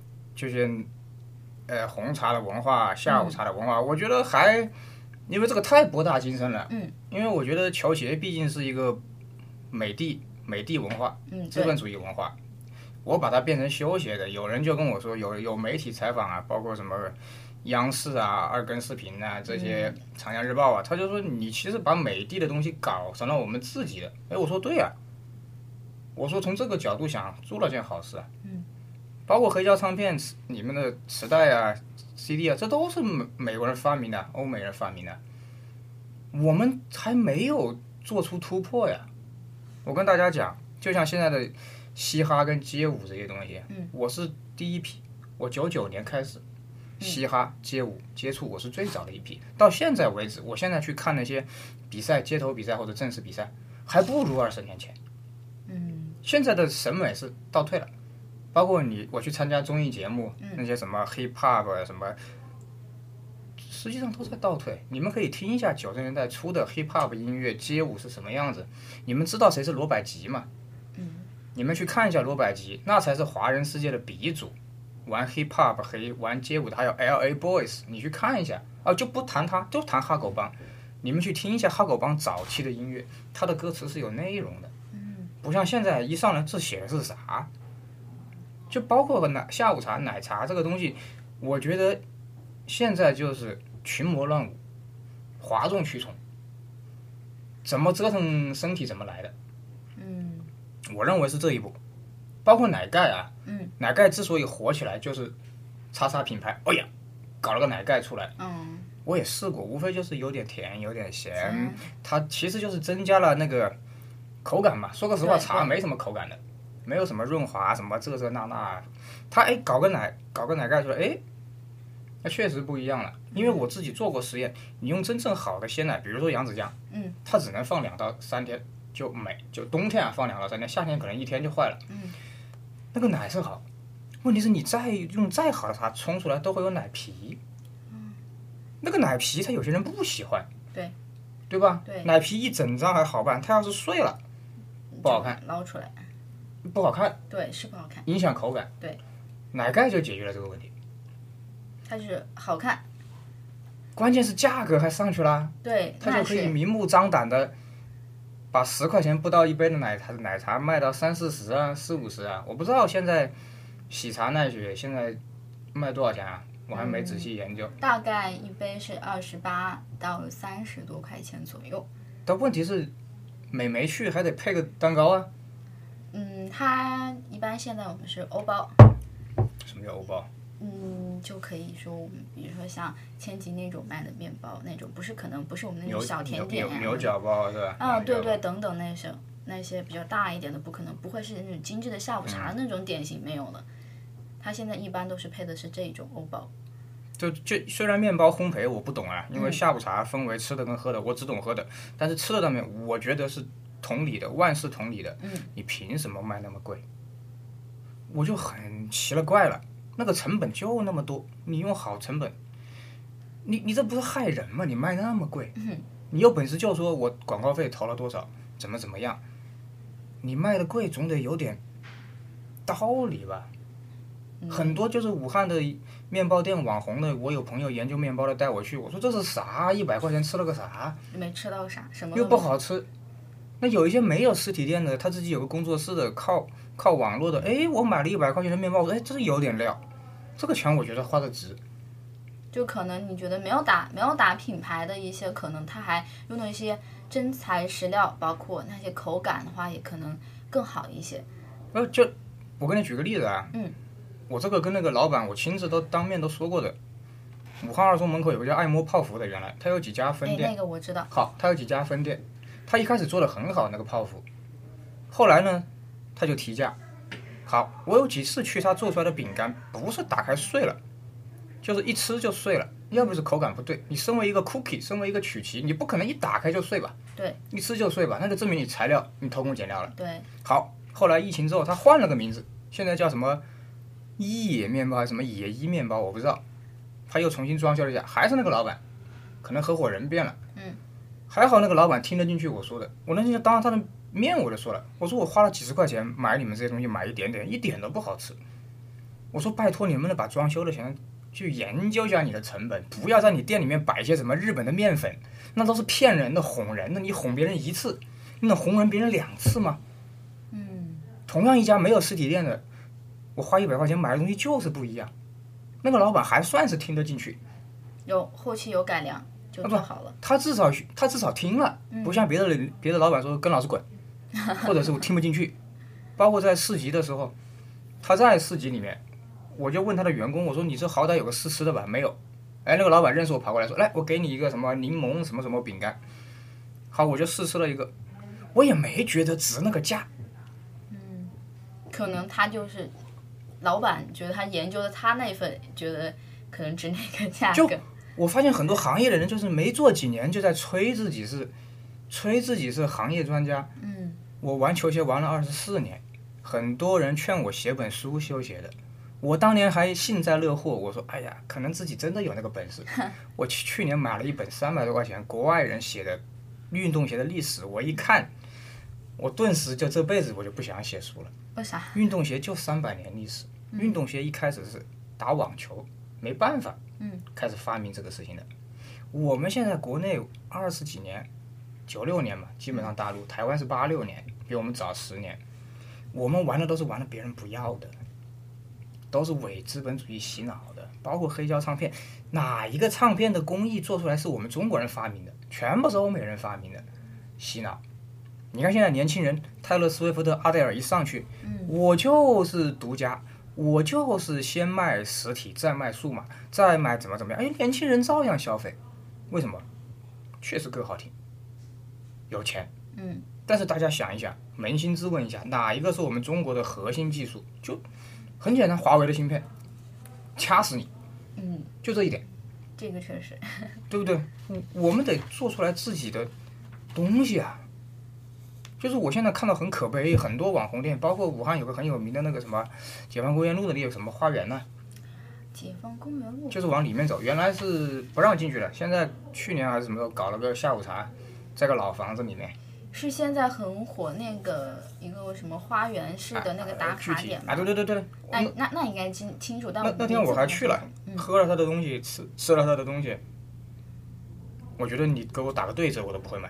红茶的文化、下午茶的文化，我觉得因为这个太博大精深了。因为我觉得球鞋毕竟是一个美帝文化，资本主义文化。我把它变成休闲的，有人就跟我说，有媒体采访啊，包括什么央视啊、二更视频啊这些长江日报啊，他就说你其实把美帝的东西搞成了我们自己的。哎，我说对啊，我说从这个角度想，做了件好事啊。包括黑胶唱片，你们的磁带啊、CD 啊，这都是美国人发明的，欧美人发明的，我们还没有做出突破呀。我跟大家讲，就像现在的嘻哈跟街舞这些东西，我是第一批，我99年开始，嘻哈、街舞接触，我是最早的一批。到现在为止，我现在去看那些比赛、街头比赛或者正式比赛，还不如20年前。现在的审美是倒退了。包括我去参加综艺节目，那些什么 hip hop 什么，实际上都在倒退。你们可以听一下90年代初的 hip hop 音乐，街舞是什么样子。你们知道谁是罗百吉吗？你们去看一下罗百吉，那才是华人世界的鼻祖。玩 hip hop 玩街舞的还有 LA Boys， 你去看一下就不谈他，就谈哈狗帮。你们去听一下哈狗帮早期的音乐，他的歌词是有内容的，不像现在一上来这写的是啥。就包括下午茶、奶茶这个东西，我觉得现在就是群魔乱舞，哗众取宠，怎么折腾身体怎么来的。我认为是这一步。包括奶盖啊，奶盖之所以火起来，就是叉叉品牌，搞了个奶盖出来。我也试过，无非就是有点甜，有点咸，它其实就是增加了那个口感嘛。说个实话，茶没什么口感的。没有什么润滑什么这那，他搞个奶盖出来，那确实不一样了。因为我自己做过实验，你用真正好的鲜奶，比如说扬子酱，它只能放2到3天就没，就冬天放2到3天，夏天可能1天就坏了。那个奶是好，问题是你用再好的茶冲出来都会有奶皮，那个奶皮他有些人不喜欢，对吧？奶皮一整张还好办，它要是碎了不好看， 捞出来。 不好看， 对，是不好看， 影响口感。 对， 奶盖就解决了这个问题。 它就是好看， 关键是价格还上去了。 对， 它就可以明目张胆的把10块钱不到一杯的奶茶卖到30-40啊、40-50啊。我不知道现在喜茶奈雪现在卖多少钱啊？我还没仔细研究。 大概一杯是28到30多块钱左右。 但问题是，没去还得配个蛋糕啊。 它一般现在我们是欧包。 什么叫欧包？ 就可以说我们比如说像千吉那种卖的面包那种，可能不是我们那种小甜点牛角包是吧？ 对，等等那些比较大一点的，不会是那种精致的下午茶那种点心，没有了。它现在一般都是配的是这种欧包。 就虽然面包烘焙我不懂啊，因为下午茶分为吃的跟喝的，我只懂喝的。但是吃的上面，我觉得是同理的，万事同理的。你凭什么卖那么贵？我就很奇了怪了，那个成本就那么多，你用好成本，你这不是害人吗？你卖那么贵，你有本事就说我广告费投了多少，怎么样，你卖的贵总得有点道理吧。很多就是武汉的面包店网红的，我有朋友研究面包的带我去，我说这是啥？100块钱吃了个啥？ 没吃到啥，什么又不好吃。那有一些没有实体店的，他自己有个工作室的，靠网络的，我买了100块钱的面包，我说这有点料，这个钱我觉得花的值。 就可能你觉得没有打品牌的一些，可能他还用了一些真材实料，包括那些口感的话，也可能更好一些。 就我跟你举个例子啊，我这个跟那个老板我亲自都当面都说过的。武汉2中门口有个叫爱摸泡芙的，原来他有几家分店。 那个我知道。 好，他有几家分店，他一开始做的很好那个泡芙，后来呢他就提价。好，我有几次去他做出来的饼干，不是打开碎了，就是一吃就碎了， 要不是口感不对。你身为一个 cookie， 身为一个曲奇，你不可能一打开就碎吧？ 对， 一吃就碎吧？那就证明你材料你偷工减料了。 对， 好，后来疫情之后，他换了个名字，现在叫什么一野面包还是什么野一面包，我不知道。他又重新装修了一下，还是那个老板，可能合伙人变了。还好那个老板听得进去我说的，我那天当着他的面我就说了，我说我花了几十块钱买你们这些东西，买一点点，一点都不好吃。我说拜托你能不能把装修的钱去研究一下你的成本，不要在你店里面摆一些什么日本的面粉，那都是骗人的、哄人的。你哄别人一次，你能哄人别人2次吗？同样一家没有实体店的，我花100块钱买的东西就是不一样。那个老板还算是听得进去， 后期有改良就做好了。 他至少听了，不像别的老板说跟老师滚，或者是我听不进去。包括在市集的时候，他在市集里面，我就问他的员工，我说你这好歹有个试吃的吧？没有。哎，那个老板认识我，跑过来说，来，我给你一个什么柠檬什么什么饼干。好，我就试吃了一个，我也没觉得值那个价。 可能他就是老板觉得他研究的他那份觉得可能值那个价格。 就我发现很多行业的人就是没做几年就在吹自己是行业专家。我玩球鞋玩了24年，很多人劝我写本书修鞋的，我当年还幸灾乐祸，我说哎呀，可能自己真的有那个本事。我去年买了一本300多块钱国外人写的运动鞋的历史，我一看，我顿时就这辈子我就不想写书了。 为啥？ 运动鞋就300年历史，运动鞋一开始是打网球，没办法，开始发明这个事情的。我们现在国内20几年，96年嘛，基本上大陆，台湾是86年，比我们早10年。我们玩的都是玩的别人不要的，都是伪资本主义洗脑的，包括黑胶唱片，哪一个唱片的工艺做出来是我们中国人发明的？全部是欧美人发明的，洗脑。你看现在年轻人，泰勒·斯威夫特、阿黛尔一上去，我就是独家，我就是先卖实体，再卖数码，再卖怎么样，哎，年轻人照样消费，为什么？确实歌好听，有钱。但是大家想一想，扪心自问一下，哪一个是我们中国的核心技术？就很简单，华为的芯片，掐死你。就这一点。 这个确实。 对不对？我们得做出来自己的东西啊。就是我现在看到很可悲，很多网红店，包括武汉有个很有名的那个什么解放公园路的那个什么花园呢？ 解放公园路就是往里面走，原来是不让进去的，现在去年还是什么时候搞了个下午茶，在个老房子里面。 是现在很火那个一个什么花园式的那个打卡点啊，对。 那应该清楚，但那天我还去了，喝了他的东西，吃了他的东西，我觉得你给我打个对折我都不会买。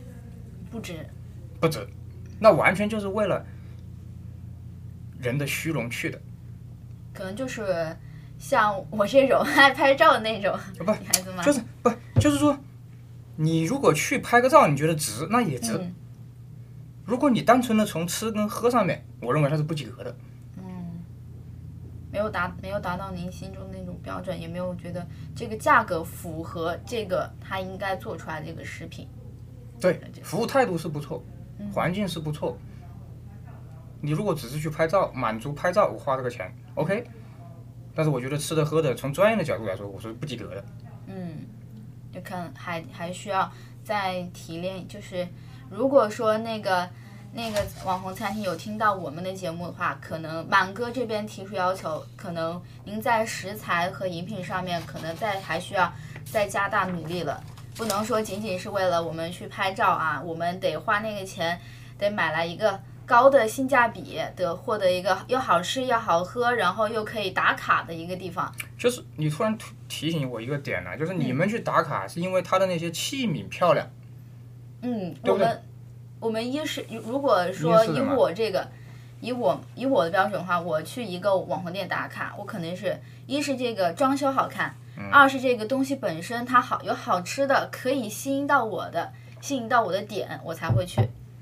不值，那完全就是为了人的虚荣去的。 可能就是像我这种爱拍照的那种女孩子吗？ 就是说，你如果去拍个照，你觉得值，那也值。如果你单纯的从吃跟喝上面，我认为它是不及格的。 没有达到您心中那种标准，也没有觉得这个价格符合这个他应该做出来的这个食品。 对，服务态度是不错。环境是不错，你如果只是去拍照，满足拍照，我花这个钱 ，OK。但是我觉得吃的喝的，从专业的角度来说，我是不及格的。 就看还需要再提炼。就是如果说那个网红餐厅有听到我们的节目的话，可能满哥这边提出要求，可能您在食材和饮品上面可能还需要再加大努力了。不能说仅仅是为了我们去拍照啊，我们得花那个钱，得买来一个高的性价比，得获得一个又好吃又好喝，然后又可以打卡的一个地方。 就是你突然提醒我一个点呢，就是你们去打卡是因为它的那些器皿漂亮。对不对？ 我们一是如果说以我这个，以我的标准的话，我去一个网红店打卡，我肯定是一是这个装修好看。二是这个东西本身它有好吃的，可以吸引到我的点，我才会去。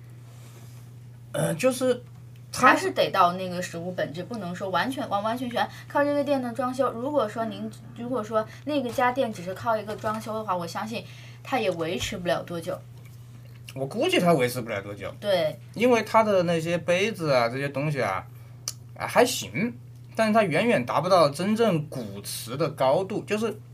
就是还是得到那个食物本质，不能说完全靠这个店的装修。如果说那个家店只是靠一个装修的话，我相信它也维持不了多久。 我估计它维持不了多久。 对， 因为它的那些杯子啊这些东西啊还行。但是它远远达不到真正古瓷的高度，就是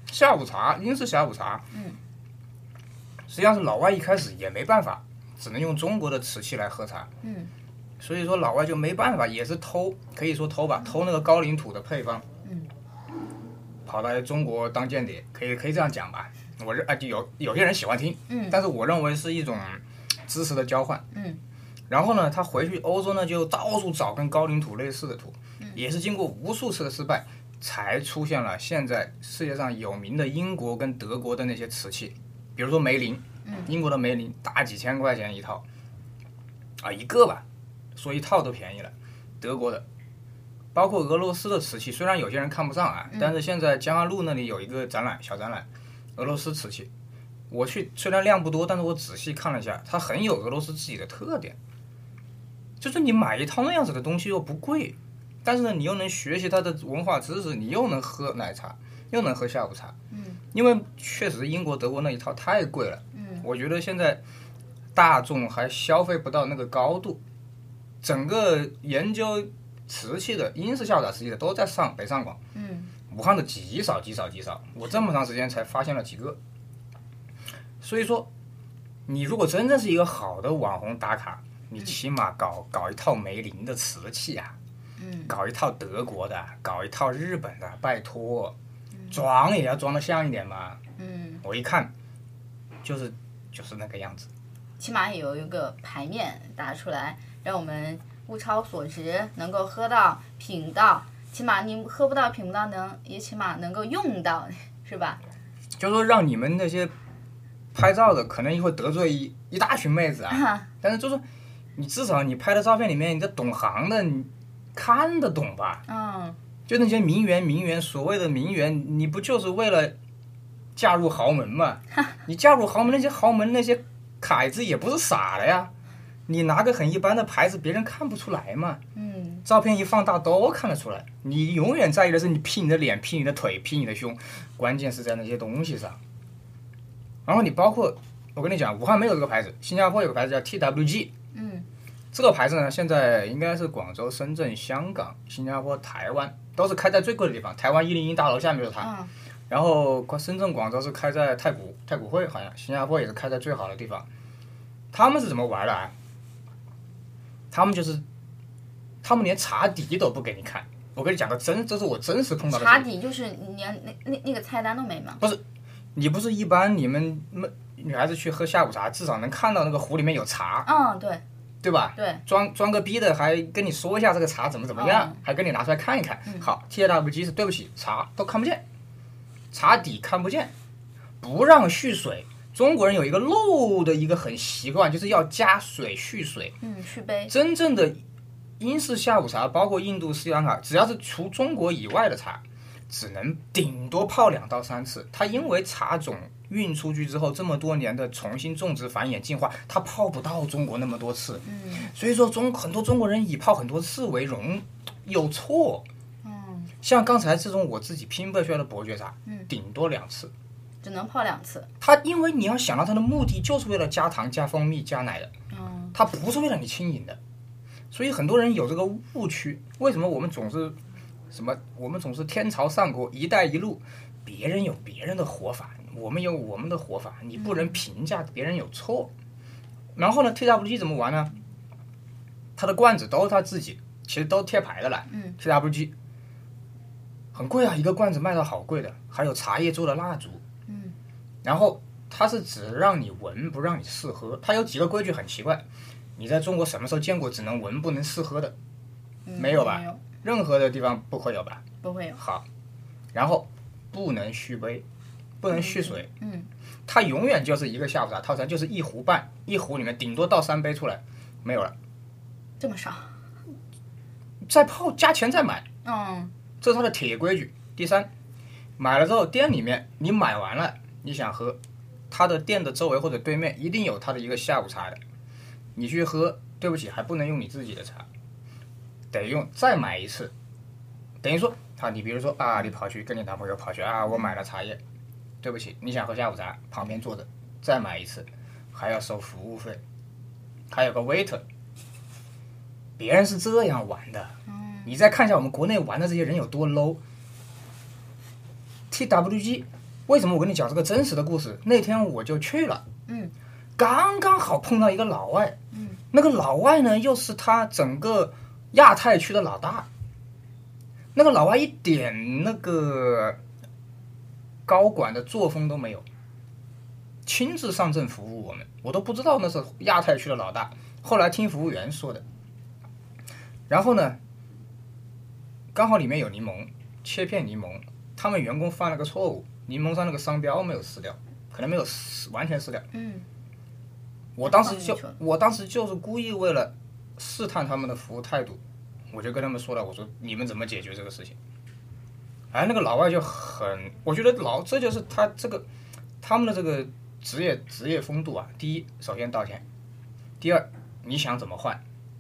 下午茶，英式下午茶，实际上是老外一开始也没办法，只能用中国的瓷器来喝茶，所以说老外就没办法，也是偷，可以说偷吧，偷那个高岭土的配方，跑来中国当间谍，可以这样讲吧。有些人喜欢听，但是我认为是一种知识的交换，然后呢，他回去欧洲呢就到处找跟高岭土类似的土，也是经过无数次的失败，才出现了现在世界上有名的英国跟德国的那些瓷器，比如说梅林，英国的梅林大几千块钱一套，一个吧，说一套都便宜了，德国的。包括俄罗斯的瓷器，虽然有些人看不上啊，但是现在江安路那里有一个小展览，俄罗斯瓷器，我去虽然量不多，但是我仔细看了一下，它很有俄罗斯自己的特点，就是你买一套那样子的东西又不贵，但是呢，你又能学习它的文化知识，你又能喝奶茶，又能喝下午茶，因为确实英国、德国那一套太贵了，我觉得现在大众还消费不到那个高度，整个研究瓷器的英式下午茶瓷器的都在北上广，武汉的极少，我这么长时间才发现了几个。所以说，你如果真正是一个好的网红打卡，你起码搞一套梅林的瓷器啊，搞一套德国的，搞一套日本的，拜托，装也要装得像一点嘛。我一看，就是那个样子。 起码也有一个牌面打出来，让我们物超所值，能够喝到、品到，起码你喝不到、品不到也起码能够用到，是吧？ 就说让你们那些拍照的可能会得罪一大群妹子啊，但是就是你至少你拍的照片里面，你这懂行的，你看得懂吧？就那些名媛，所谓的名媛，你不就是为了嫁入豪门嘛？你嫁入豪门，那些豪门那些凯子也不是傻的呀。你拿个很一般的牌子，别人看不出来嘛。照片一放大都看得出来。你永远在意的是你 P 你的脸、P 你的腿、P 你的胸，关键是在那些东西上。然后你包括我跟你讲，武汉没有这个牌子，新加坡有个牌子叫 TWG。这个牌子呢，现在应该是广州、深圳、香港、新加坡、台湾都是开在最贵的地方。台湾101大楼下面就是它。然后深圳、广州是开在太古汇，好像新加坡也是开在最好的地方。他们是怎么玩的啊？他们连茶底都不给你看。我跟你讲个这是我真实碰到的事情。 茶底就是连那个菜单都没吗？ 不是，你不是一般你们女孩子去喝下午茶，至少能看到那个壶里面有茶。对吧？ 对。 装个逼的还跟你说一下这个茶怎么样，还跟你拿出来看一看。好 ，TWG 是对不起，茶都看不见，茶底看不见，不让蓄水。中国人有一个漏的一个很习惯，就是要加水蓄水。 续杯。 真正的英式下午茶，包括印度、斯里兰卡，只要是除中国以外的茶，只能顶多泡2到3次。它因为茶种运出去之后，这么多年的重新种植、繁衍、进化，它泡不到中国那么多次。所以说很多中国人以泡很多次为荣，有错。像刚才这种我自己拼不出来的伯爵茶，顶多2次。 只能泡2次。 它因为你要想到它的目的就是为了加糖、加蜂蜜、加奶的，它不是为了你轻饮的。所以很多人有这个误区。为什么我们总是天朝上国、一带一路，别人有别人的活法，我们有我们的活法，你不能评价别人有错。然后呢 ，TWG 怎么玩呢？它的罐子都是他自己，其实都贴牌的了。TWG 很贵啊，一个罐子卖到好贵的，还有茶叶做的蜡烛。然后它是只让你闻，不让你试喝。它有几个规矩很奇怪，你在中国什么时候见过只能闻不能试喝的？没有吧？任何的地方不会有吧？ 不会有。 好，然后不能续杯，不能续水。它永远就是一个下午茶套餐，就是1壶半，一壶里面顶多倒3杯出来，没有了。 这么少？ 再泡加钱再买。这是它的铁规矩。第3，买了之后店里面你买完了。你想喝，他的店的周围或者对面一定有他的一个下午茶的，你去喝，对不起，还不能用你自己的茶，得用再买一次。等于说，你比如说你跑去跟你男朋友跑去我买了茶叶，对不起，你想喝下午茶，旁边坐着，再买一次，还要收服务费，还有个 waiter， 别人是这样玩的。你再看一下我们国内玩的这些人有多 low。TWG 为什么我跟你讲这个真实的故事？那天我就去了，刚刚好碰到一个老外，那个老外呢又是他整个亚太区的老大，那个老外一点那个高管的作风都没有，亲自上阵服务我们，我都不知道那是亚太区的老大，后来听服务员说的。然后呢，刚好里面有柠檬，切片柠檬，他们员工犯了个错误，柠檬上那个商标没有撕掉，可能没有完全撕掉。我当时就是故意为了试探他们的服务态度，我就跟他们说了，我说你们怎么解决这个事情？那个老外就很，我觉得这就是他们的这个职业风度啊。第一，首先道歉；第二，你想怎么换，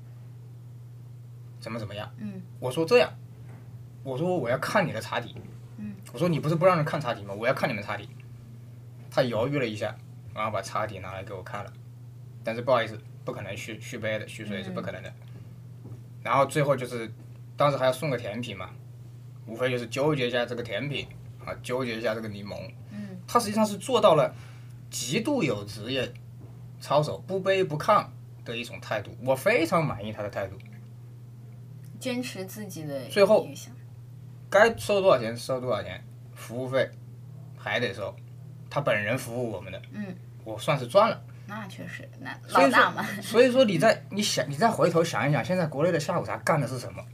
怎么样？我说这样，我说我要看你的查底。我说你不是不让人看查底吗？我要看你们查底。他犹豫了一下，然后把查底拿来给我看了，但是不好意思，不可能续杯的，续水是不可能的。然后最后就是当时还要送个甜品嘛，无非就是纠结一下这个甜品啊，纠结一下这个柠檬。他实际上是做到了极度有职业操守、不卑不亢的一种态度，我非常满意他的态度。 坚持自己的最后该收多少钱收多少钱，服务费还得收，他本人服务我们的，我算是赚了。 那确实，那老大嘛。 所以说你再回头想一想，现在国内的下午茶干的是什么？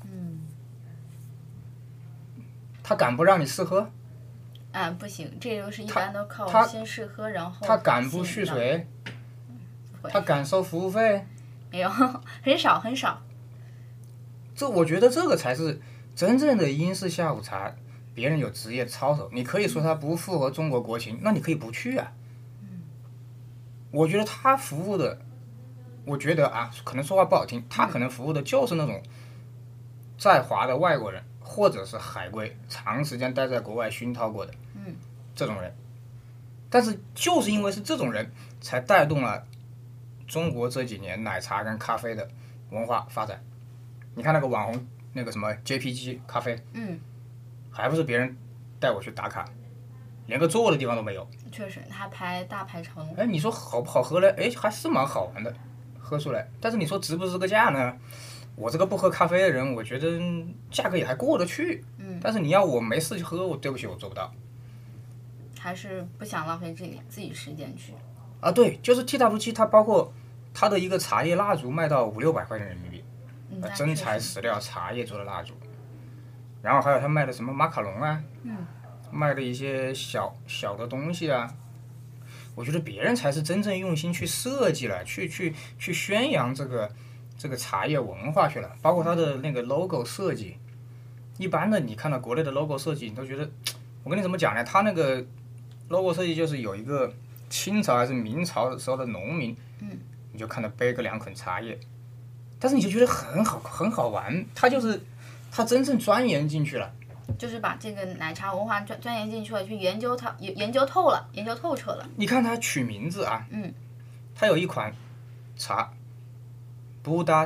他敢不让你试喝？ 不行，这就是一般都靠先试喝，然后他敢不续水？他敢收服务费？ 没有，很少很少。 我觉得这个才是真正的英式下午茶，别人有职业操守。你可以说他不符合中国国情，那你可以不去啊。我觉得他服务的，我觉得啊，可能说话不好听，他可能服务的就是那种在华的外国人，或者是海归，长时间待在国外熏陶过的，这种人。但是就是因为是这种人，才带动了中国这几年奶茶跟咖啡的文化发展。你看那个网红，那个什么 JPG 咖啡，还不是别人带我去打卡，连个坐的地方都没有。 确实，他大排长龙。 你说好不好喝呢？还是蛮好玩的，喝出来。但是你说值不值个价呢？我这个不喝咖啡的人，我觉得价格也还过得去。但是你要我没事去喝，对不起，我做不到。 还是不想浪费自己时间去。 对，就是 TWG， 它包括它的一个茶叶蜡烛卖到500-600块钱人民币。真材实料茶叶做的蜡烛，然后还有他卖的什么马卡龙啊，卖的一些小的东西啊，我觉得别人才是真正用心去设计了，去宣扬这个茶叶文化去了，包括他的那个 logo 设计。一般的你看到国内的 logo 设计，你都觉得，我跟你怎么讲呢？他那个 logo 设计就是有一个清朝还是明朝的时候的农民，你就看到背个2捆茶叶。但是你就觉得很好玩，他真正钻研进去了， 就是把这个奶茶文化钻研进去了，去研究它，研究透彻了。 你看他取名字啊，他有一款茶 Buddha's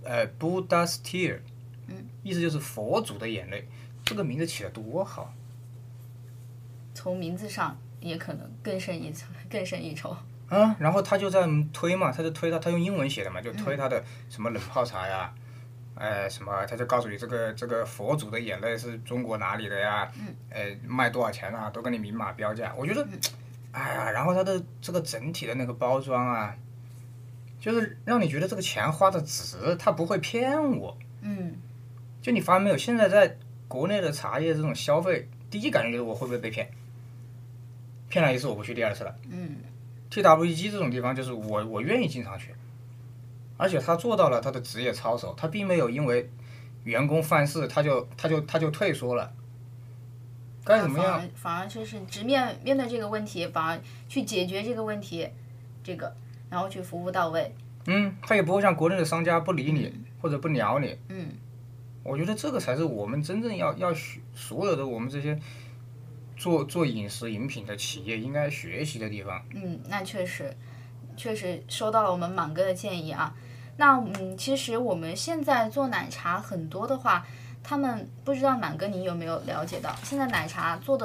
Tear，意思就是佛祖的眼泪，这个名字起得多好。 从名字上也可能更深一筹。 然后他就在推嘛，他用英文写的嘛，就推他的什么冷泡茶呀，什么他就告诉你这个佛祖的眼泪是中国哪里的呀，卖多少钱啊，都跟你明码标价。我觉得，然后他的这个整体的那个包装啊，就是让你觉得这个钱花的值，他不会骗我。就你发现没有，现在在国内的茶叶这种消费，第一感觉就是我会不会被骗，骗了一次我不去第二次了。TWG 这种地方就是我愿意经常去，而且他做到了他的职业操守，他并没有因为员工犯事他就退缩了，该怎么样？ 反而就是直面对这个问题，反而去解决这个问题，然后去服务到位。 他也不会像国内的商家不理你或者不鸟你。我觉得这个才是我们真正要所有的我们这些做饮食饮品的企业应该学习的地方。 那确实收到了我们满哥的建议啊。那其实我们现在做奶茶很多的话，他们不知道满哥你有没有了解到，现在奶茶做的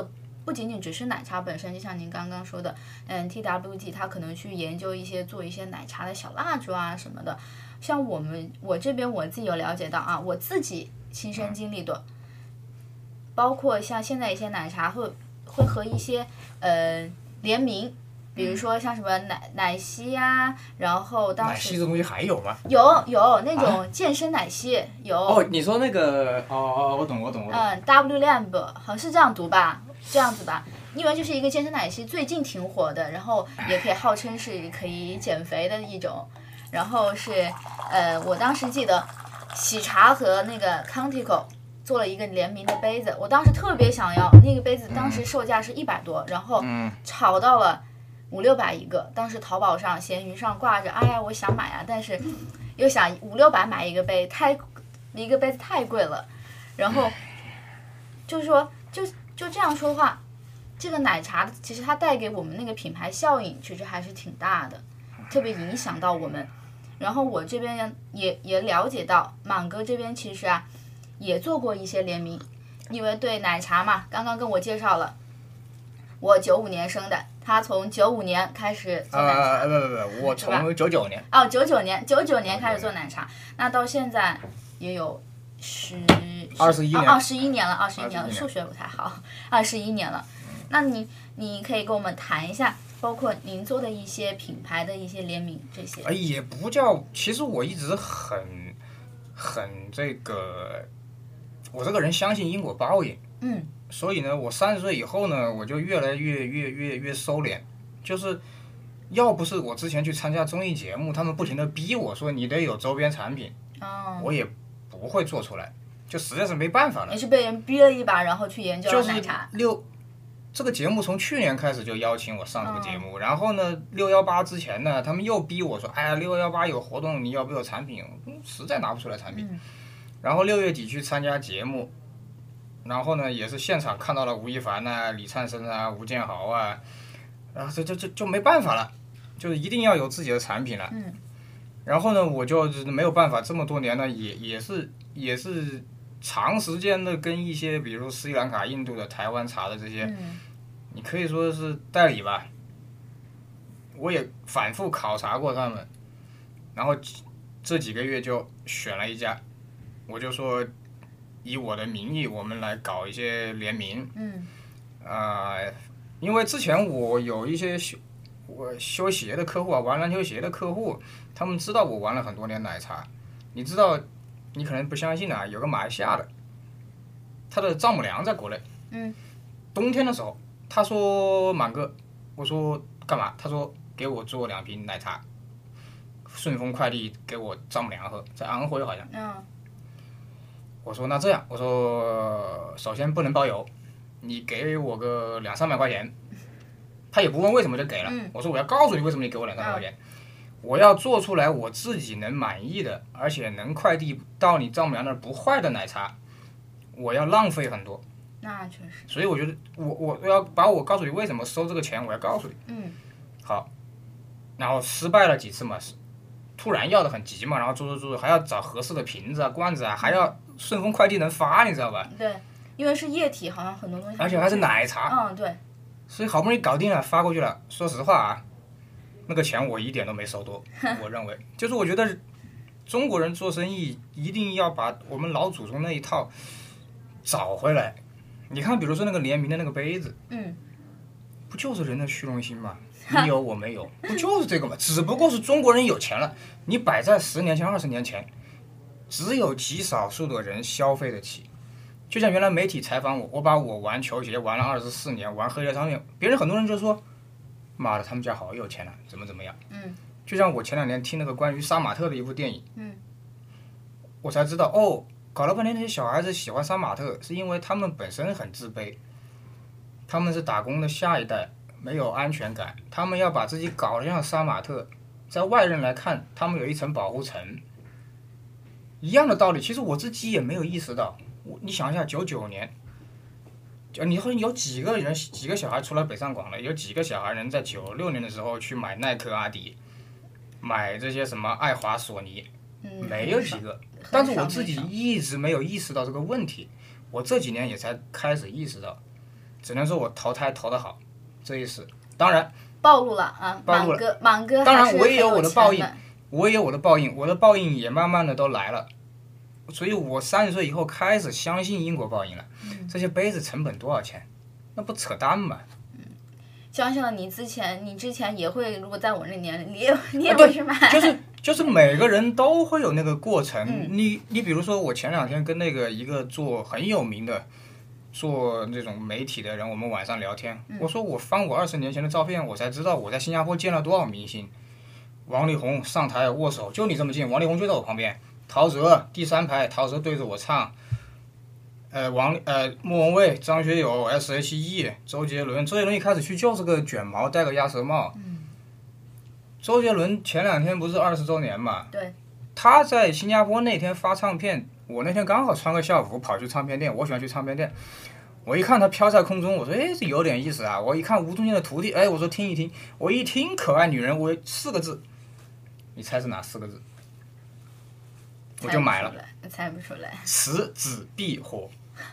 不仅仅只是奶茶本身，就像您刚刚说的，TWG 它可能去研究做一些奶茶的小蜡烛啊什么的。像我这边我自己有了解到啊，我自己亲身经历的，包括像现在一些奶茶会和一些联名。比如说像什么奶昔呀，然后当时奶昔这东西还有吗？ 有那种健身奶昔有。 哦，你说那个我懂。 W Lamb 好像是这样读吧，这样子吧，因为就是一个健身奶昔，最近挺火的，然后也可以号称是可以减肥的一种。然后是我当时记得喜茶和那个 Contigo 做了一个联名的杯子，我当时特别想要那个杯子，当时售价是100多，然后炒到了500-600一个，当时淘宝上、闲鱼上挂着，哎呀，我想买啊，但是又想500-600买一个杯子太贵了，然后就是说就这样说话，这个奶茶其实它带给我们那个品牌效应其实还是挺大的，特别影响到我们。然后我这边也了解到，满哥这边其实啊也做过一些联名，因为对奶茶嘛，刚刚跟我介绍了，我95年生的。他从95年开始做奶茶， 不，我从99年。 哦，99年开始做奶茶，那到现在也有21年了，数学不太好，21年了。那你可以跟我们谈一下，包括您做的一些品牌的一些联名这些。 也不叫，其实我一直很这个，我这个人相信因果报应。所以呢，我30岁以后呢，我就越来越收敛，就是要不是我之前去参加综艺节目，他们不停的逼我说你得有周边产品，我也不会做出来，就实在是没办法了。 你是被人逼了一把，然后去研究奶茶。 这个节目从去年开始就邀请我上这个节目，然后呢，618之前呢，他们又逼我说，哎呀，618有活动，你要不要产品？实在拿不出来产品。然后6月底去参加节目。然后呢，也是现场看到了吴亦凡啊、李灿森啊、吴建豪啊，然后就没办法了，就是一定要有自己的产品了。然后呢，我就没有办法，这么多年呢，也是长时间的跟一些，比如斯里兰卡、印度的、台湾茶的这些，你可以说是代理吧。我也反复考察过他们，然后这几个月就选了一家，我就说。以我的名义，我们来搞一些联名。因为之前我有一些修鞋的客户啊，玩篮球鞋的客户，他们知道我玩了很多年奶茶。你知道，你可能不相信啊，有个马来西亚的，他的丈母娘在国内。冬天的时候，他说满哥，我说干嘛？他说给我做2瓶奶茶，顺丰快递给我丈母娘喝，在安徽好像。我说那这样，我说首先不能包邮，你给我个200-300块钱，他也不问为什么就给了。我说我要告诉你为什么你给我200-300块钱，我要做出来我自己能满意的，而且能快递到你丈母娘那儿不坏的奶茶，我要浪费很多。 那确实。 所以我觉得我要把我告诉你为什么收这个钱，我要告诉你。好，然后失败了几次嘛，突然要的很急嘛，然后做还要找合适的瓶子啊、罐子啊，还要顺丰快递能发，你知道吧？ 对，因为是液体，好像很多东西。 而且还是奶茶。 对。 所以好不容易搞定了，发过去了。说实话啊，那个钱我一点都没收多。我认为，就是我觉得中国人做生意一定要把我们老祖宗那一套找回来。你看，比如说那个联名的那个杯子，不就是人的虚荣心吗？你有我没有，不就是这个吗？只不过是中国人有钱了，你摆在10年前、20年前，只有极少数的人消费得起。就像原来媒体采访我，我把我玩球鞋玩了24年，玩黑胶唱片，别人很多人就说，妈的，他们家好有钱啊，怎么样。就像我前2年听那个关于杀马特的一部电影，我才知道哦，搞了半天那些小孩子喜欢杀马特，是因为他们本身很自卑，他们是打工的下一代。没有安全感，他们要把自己搞得像杀马特，在外人来看，他们有一层保护层。一样的道理，其实我自己也没有意识到。你想一下，99年，你会有几个小孩出来北上广的？有几个小孩能在96年的时候去买耐克、阿迪，买这些什么爱华、索尼？没有几个。但是我自己一直没有意识到这个问题，我这几年也才开始意识到。 只能说我投胎投得好，这意思。当然暴露了啊， 暴露了莽哥当然还是我也有我的报应很有钱我也有我的报应，我的报应也慢慢的都来了。所以我30岁以后开始相信因果报应了。这些杯子成本多少钱？那不扯淡吗？ 相信了你之前也会，如果在我那年龄，你也会去买。 就是每个人都会有那个过程。你比如说，我前2天跟一个做很有名的做那种媒体的人，我们晚上聊天，我说我翻我20年前的照片，我才知道我在新加坡见了多少明星。王力宏上台握手，就你这么近，王力宏就在我旁边。陶喆第3排，陶喆对着我唱。莫文蔚、张学友、S.H.E、周杰伦一开始去就是个卷毛，戴个鸭舌帽。周杰伦前2天不是20周年嘛？ 对。 他在新加坡那天发唱片，我那天刚好穿个校服跑去唱片店，我喜欢去唱片店。我一看他飘在空中，我说这有点意思啊。我一看吴宗宪的徒弟，我说听一听。我一听可爱女人，我4个字，你猜是哪4个字？我就买了。 猜不出来。 此子必火。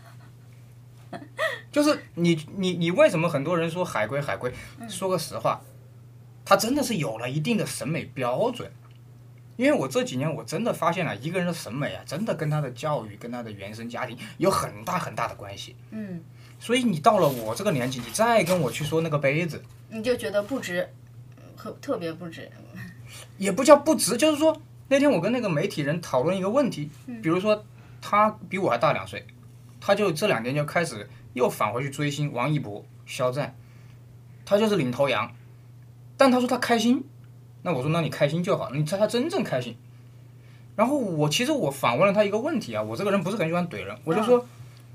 就是你为什么很多人说海归？说个实话，他真的是有了一定的审美标准。因为我这几年我真的发现了一个人的审美啊，真的跟他的教育、跟他的原生家庭有很大很大的关系。所以你到了我这个年纪，你再跟我去说那个杯子， 你就觉得不值，特别不值。 也不叫不值，就是说那天我跟那个媒体人讨论一个问题，比如说他比我还大2岁，他就这2年就开始又返回去追星王一博、肖战，他就是领头羊。但他说他开心，那我说那你开心就好，你猜他真正开心。然后其实我反问了他一个问题啊，我这个人不是很喜欢怼人，我就说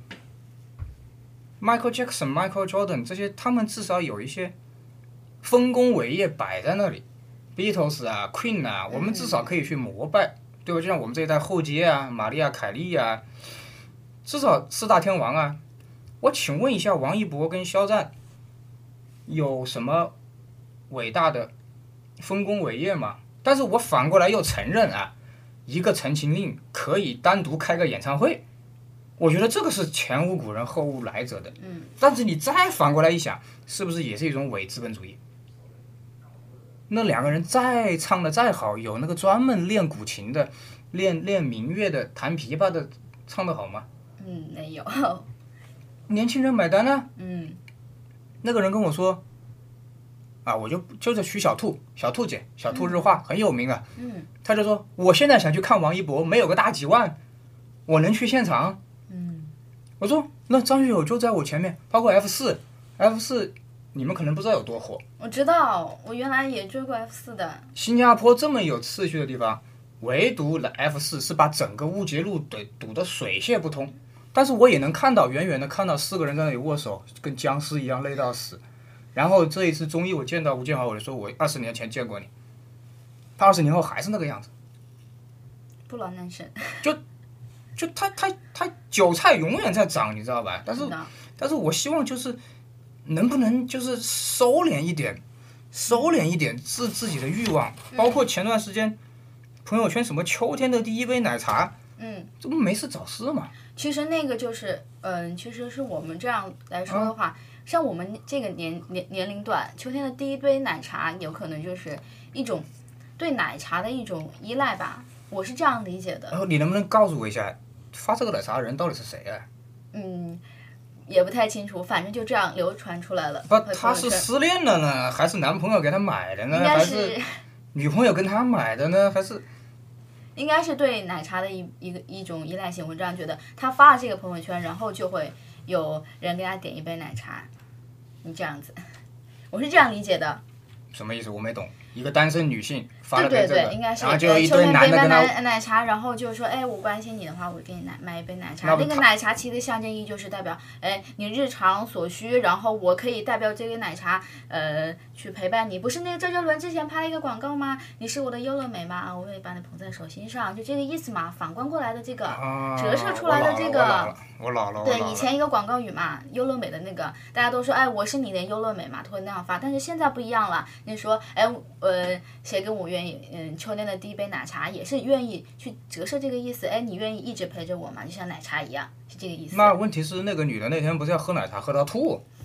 Michael Jackson、Michael Jordan 这些，他们至少有一些丰功伟业摆在那里。Beatles 啊 ，Queen 啊，我们至少可以去膜拜，对吧？就像我们这一代后街啊，玛丽亚·凯莉啊，至少4大天王啊。我请问一下，王一博跟肖战有什么伟大的丰功伟业吗？但是我反过来又承认啊，一个陈情令可以单独开个演唱会，我觉得这个是前无古人后无来者的。但是你再反过来一想，是不是也是一种伪资本主义？那2个人再唱的再好，有那个专门练古琴的、练民乐的、弹琵琶的，唱得好吗？ 没有。 年轻人买单呢？那个人跟我说，啊，我就是徐小兔姐，小兔日化很有名的。他就说，我现在想去看王一博，没有个大几万，我能去现场？我说那张学友就在我前面，包括 F4，你们可能不知道有多火。 我知道，我原来也追过 F4的。 新加坡这么有秩序的地方，唯独 F4是把整个乌节路堵得水泄不通。但是我也能看到，远远的看到4个人在那里握手，跟僵尸一样累到死。然后这一次综艺我见到吴建豪，我就说我20年前见过你，他20年后还是那个样子， 不老男神。 就他韭菜永远在长，你知道吧？但是我希望就是能不能就是收敛一点自己的欲望，包括前段时间朋友圈什么秋天的第一杯奶茶，这不没事找事嘛。 其实那个就是，其实是我们这样来说的话，像我们这个年龄段，秋天的第一杯奶茶有可能就是一种对奶茶的一种依赖吧，我是这样理解的。 然后你能不能告诉我一下，发这个奶茶的人到底是谁啊？ 也不太清楚，反正就这样流传出来了。 不，他是失恋了呢，还是男朋友给他买的呢？ 应该是女朋友跟他买的呢？还是？ 应该是对奶茶的一种依赖性，我这样觉得。他发了这个朋友圈，然后就会有人给他点一杯奶茶，你这样子，我是这样理解的。 什么意思？我没懂。一个单身女性发了杯这个， 对，应该是。 然后就一堆男的跟他奶茶，然后就说，我关心你的话，我给你买一杯奶茶。那个奶茶其实象征意义就是代表，你日常所需，然后我可以代表这杯奶茶，去陪伴你。不是那个周杰伦之前拍了一个广告吗？你是我的优乐美吗？我会把你捧在手心上，就这个意思嘛。反观过来的这个，折射出来的这个， 我老了。 对，以前一个广告语嘛，优乐美的那个，大家都说，我是你的优乐美嘛，他会那样发。但是现在不一样了，你说，谁跟我愿意，秋天的第一杯奶茶也是愿意去折射这个意思，你愿意一直陪着我嘛，就像奶茶一样，是这个意思。 那问题是那个女的那天不是要喝奶茶喝到吐？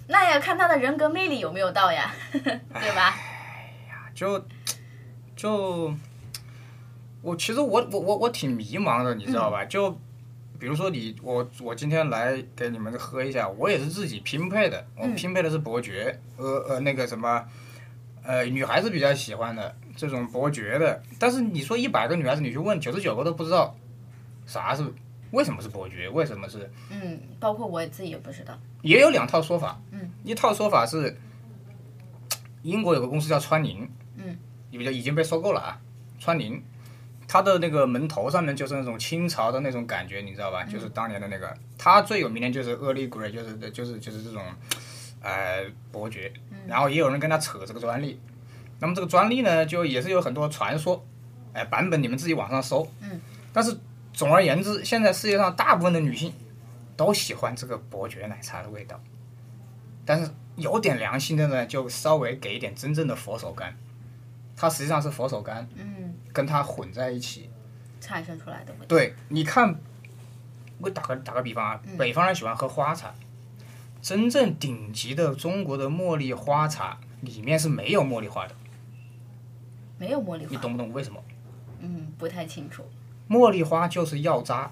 那要看他的人格魅力有没有到呀，对吧？ 就其实我挺迷茫的，你知道吧？就比如说我今天来给你们喝一下，我也是自己拼配的，我拼配的是伯爵，那个什么女孩子比较喜欢的这种伯爵的，但是你说100个女孩子你去问99个都不知道为什么是伯爵，为什么是包括我自己也不知道。 也有2套说法，一套说法是英国有个公司叫川宁，已经被收购了啊，川宁。它的那个门头上面就是那种清朝的那种感觉，你知道吧？就是当年的那个，它最有名的就是 Early Grey，就是这种伯爵，然后也有人跟他扯这个专利。那么这个专利呢，就也是有很多传说，版本你们自己网上搜。但是总而言之，现在世界上大部分的女性都喜欢这个伯爵奶茶的味道，但是有点良心的呢，就稍微给一点真正的佛手柑，它实际上是佛手柑，跟它混在一起产生出来的味道。 对，你看，我打个比方啊，北方人喜欢喝花茶，真正顶级的中国的茉莉花茶里面是没有茉莉花的。 没有茉莉花， 你懂不懂为什么？ 不太清楚。 茉莉花就是药渣，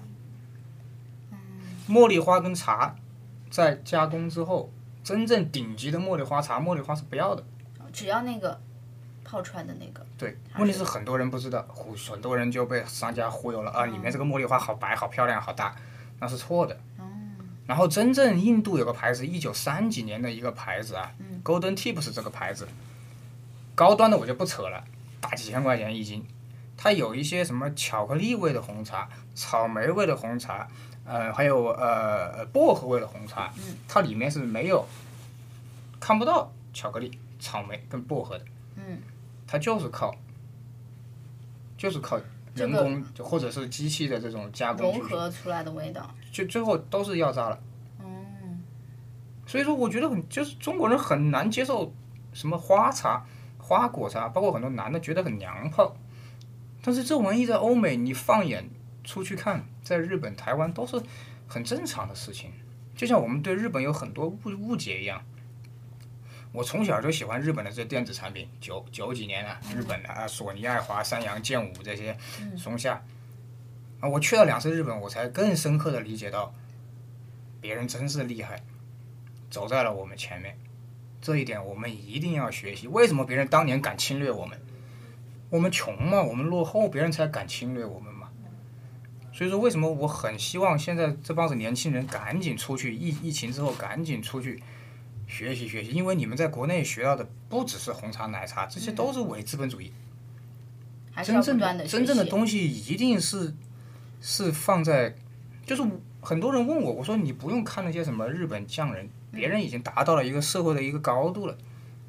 茉莉花跟茶在加工之后，真正顶级的茉莉花茶，茉莉花是不要的， 只要那个泡出来的那个。 对，问题是很多人不知道，很多人就被商家忽悠了啊！里面这个茉莉花好白、好漂亮、好大，那是错的。然后真正印度有个牌子，1930几年的一个牌子啊，Golden Tips 这个牌子，高端的我就不扯了，大几千块钱一斤。它有一些什么巧克力味的红茶、草莓味的红茶，还有薄荷味的红茶，它里面是没有看不到巧克力、草莓跟薄荷的。它就是靠人工或者是机器的这种加工融合出来的味道， 就最后都是药渣了。所以说我觉得就是中国人很难接受什么花茶、花果茶，包括很多男的觉得很娘炮。但是这玩意在欧美，你放眼出去看，在日本、台湾都是很正常的事情，就像我们对日本有很多误解一样。我从小就喜欢日本的这些电子产品，九几年啊，日本的啊，索尼、爱华、三洋、剑舞这些，松下啊，我去了2次日本，我才更深刻的理解到，别人真是厉害，走在了我们前面，这一点我们一定要学习。为什么别人当年敢侵略我们？我们穷嘛，我们落后，别人才敢侵略我们嘛。所以说，为什么我很希望现在这帮子年轻人赶紧出去，疫情之后赶紧出去学习学习，因为你们在国内学到的不只是红茶奶茶，这些都是伪资本主义。 还是要不断的学习。 真正的东西一定是放在，就是很多人问我，我说你不用看那些什么日本匠人，别人已经达到了一个社会的一个高度了。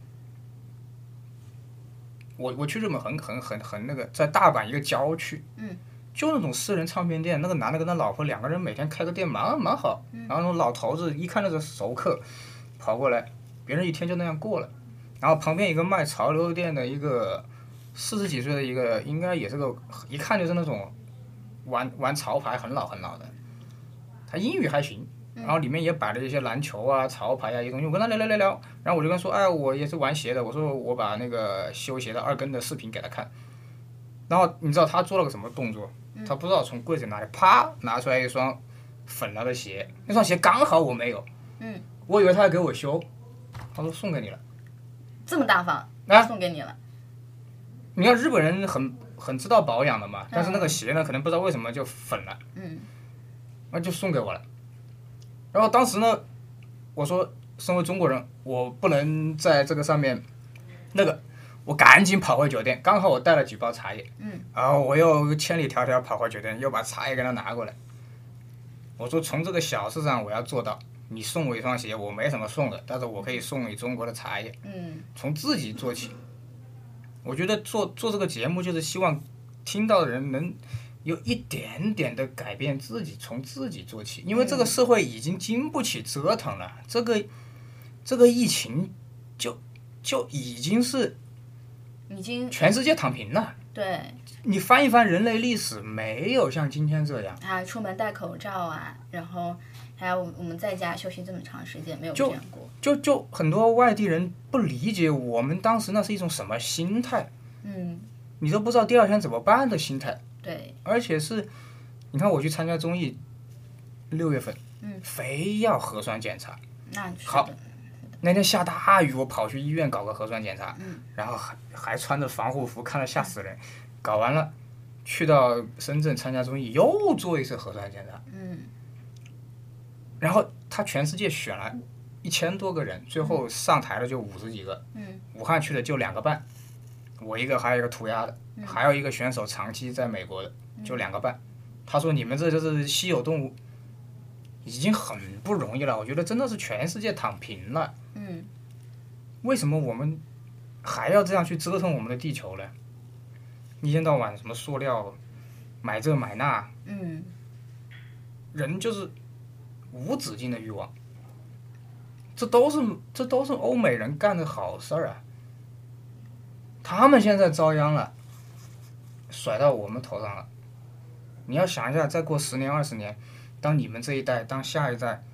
我去日本很那个，在大阪一个郊区，就那种私人唱片店，那个男的跟他老婆2个人每天开个店蛮好，然后那种老头子一看那是熟客，跑过来，别人一天就那样过了，然后旁边一个卖潮流店的一个40几岁的一个，应该也是个一看就是那种玩潮牌很老的，他英语还行。然后里面也摆了一些篮球啊、潮牌啊一些东西，我跟他聊，然后我就跟他说，哎，我也是玩鞋的，我说我把那个修鞋的2跟的视频给他看，然后你知道他做了个什么动作？他不知道从柜子哪里啪拿出来一双粉了的鞋，那双鞋刚好我没有，我以为他要给我修，他说送给你了， 这么大方，送给你了。 你看日本人很知道保养的嘛，但是那个鞋呢，可能不知道为什么就粉了，那就送给我了。然后当时呢，我说身为中国人，我不能在这个上面我赶紧跑回酒店，刚好我带了几包茶叶，然后我又千里迢迢跑回酒店，又把茶叶给他拿过来。我说从这个小事上我要做到，你送我一双鞋，我没什么送的，但是我可以送你中国的茶叶，从自己做起。我觉得做这个节目就是希望听到的人能有一点点的改变自己，从自己做起，因为这个社会已经经不起折腾了。这个疫情就已经全世界躺平了。 对， 你翻一翻人类历史，没有像今天这样。 出门戴口罩啊，然后还有我们在家休息这么长时间没有这样过。 就很多外地人不理解我们当时那是一种什么心态，你都不知道第二天怎么办的心态。 对， 而且是，你看我去参加综艺，6月份，非要核酸检查。 那是的。 好，那天下大雨，我跑去医院搞个核酸检查，然后还穿着防护服，看了吓死人。搞完了，去到深圳参加综艺，又做一次核酸检查。然后他全世界选了1000多个人，最后上台的就50几个。武汉去的就2个半，我一个，还有一个涂鸦的，还有一个选手长期在美国的，就2个半。他说你们这就是稀有动物，已经很不容易了。我觉得真的是全世界躺平了。为什么我们还要这样去折腾我们的地球呢？一天到晚什么塑料，买这买那，人就是无止境的欲望。这都是欧美人干的好事儿啊！他们现在遭殃了，甩到我们头上了。你要想一下，再过10年20年，当你们这一代，当下一代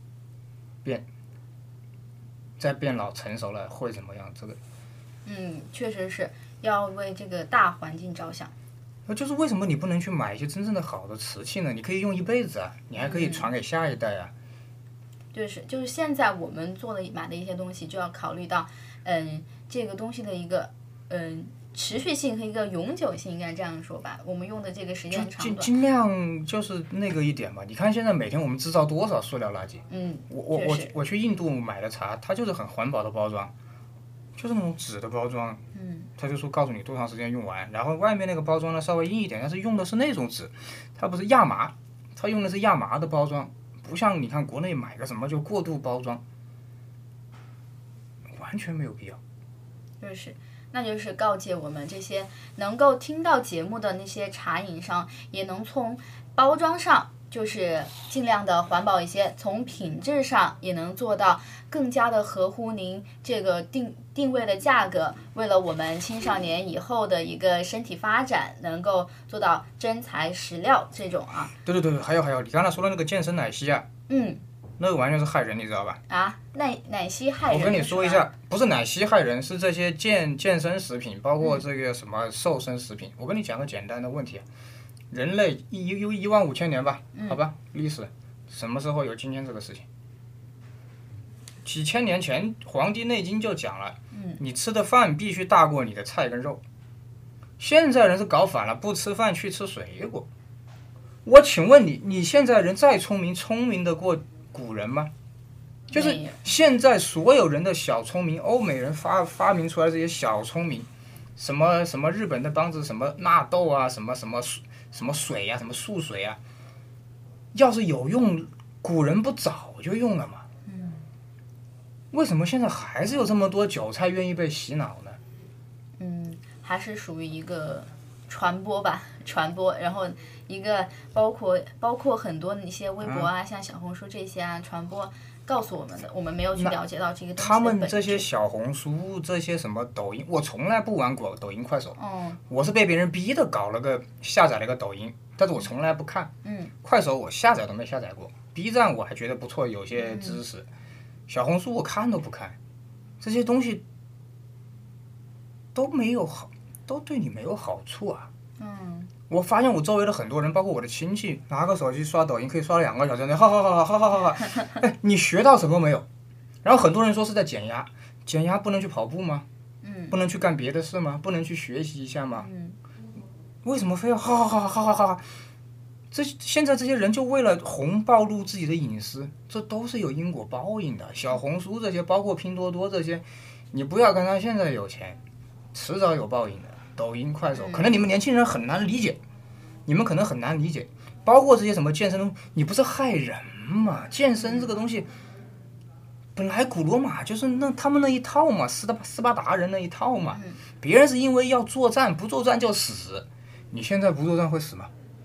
再变老成熟了，会怎么样？这个， 确实是要为这个大环境着想。 就是为什么你不能去买一些真正的好的瓷器呢？你可以用一辈子啊，你还可以传给下一代啊。 就是现在我们买的一些东西，就要考虑到，这个东西的一个持续性和一个永久性，应该这样说吧。我们用的这个时间长短， 尽量就是那个一点吧。你看现在每天我们制造多少塑料垃圾？我去印度买的茶，它就是很环保的包装，就是那种纸的包装。他就说告诉你多长时间用完，然后外面那个包装呢稍微硬一点，但是用的是那种纸，它不是亚麻，它用的是亚麻的包装。不像你看国内买个什么就过度包装，完全没有必要。 那就是告诫我们这些能够听到节目的那些茶饮商，也能从包装上就是尽量的环保一些，从品质上也能做到更加的合乎您这个定位的价格，为了我们青少年以后的一个身体发展，能够做到真材实料这种啊。 对，还有，你刚才说的那个健身奶昔啊，那个完全是害人，你知道吧？ 奶昔害人。 我跟你说一下，不是奶昔害人，是这些健身食品，包括这个什么瘦身食品。我跟你讲个简单的问题，人类15000年吧，好吧，历史什么时候有今天这个事情？几千年前，《黄帝内经》就讲了，你吃的饭必须大过你的菜跟肉。现在人是搞反了，不吃饭去吃水果。我请问你，你现在人再聪明得过古人吗？就是现在所有人的小聪明，欧美人发明出来这些小聪明，什么日本的帮子什么纳豆啊，什么水啊，什么素水啊，要是有用，古人不早就用了吗？为什么现在还是有这么多韭菜愿意被洗脑呢？ 还是属于一个传播吧，然后一个包括很多的一些微博啊，像小红书这些啊，传播告诉我们的，我们没有去了解到这个东西的本质。 他们这些小红书，这些什么抖音，我从来不玩过抖音、快手。我是被别人逼的下载了个抖音，但是我从来不看。快手我下载都没下载过。B 站我还觉得不错，有些知识。小红书我看都不看，这些东西都对你没有好处啊。我发现我周围的很多人，包括我的亲戚，拿个手机刷抖音可以刷2个小时，好，哎，你学到什么没有？然后很多人说是在减压，减压不能去跑步吗？不能去干别的事吗？不能去学习一下吗？为什么非要好？现在这些人就为了红暴露自己的隐私，这都是有因果报应的。小红书这些，包括拼多多这些，你不要看他现在有钱，迟早有报应的。抖音、快手，可能你们年轻人很难理解，包括这些什么健身，你不是害人吗？健身这个东西，本来古罗马就是他们那一套嘛，斯巴达人那一套嘛。别人是因为要作战，不作战就死，你现在不作战会死吗？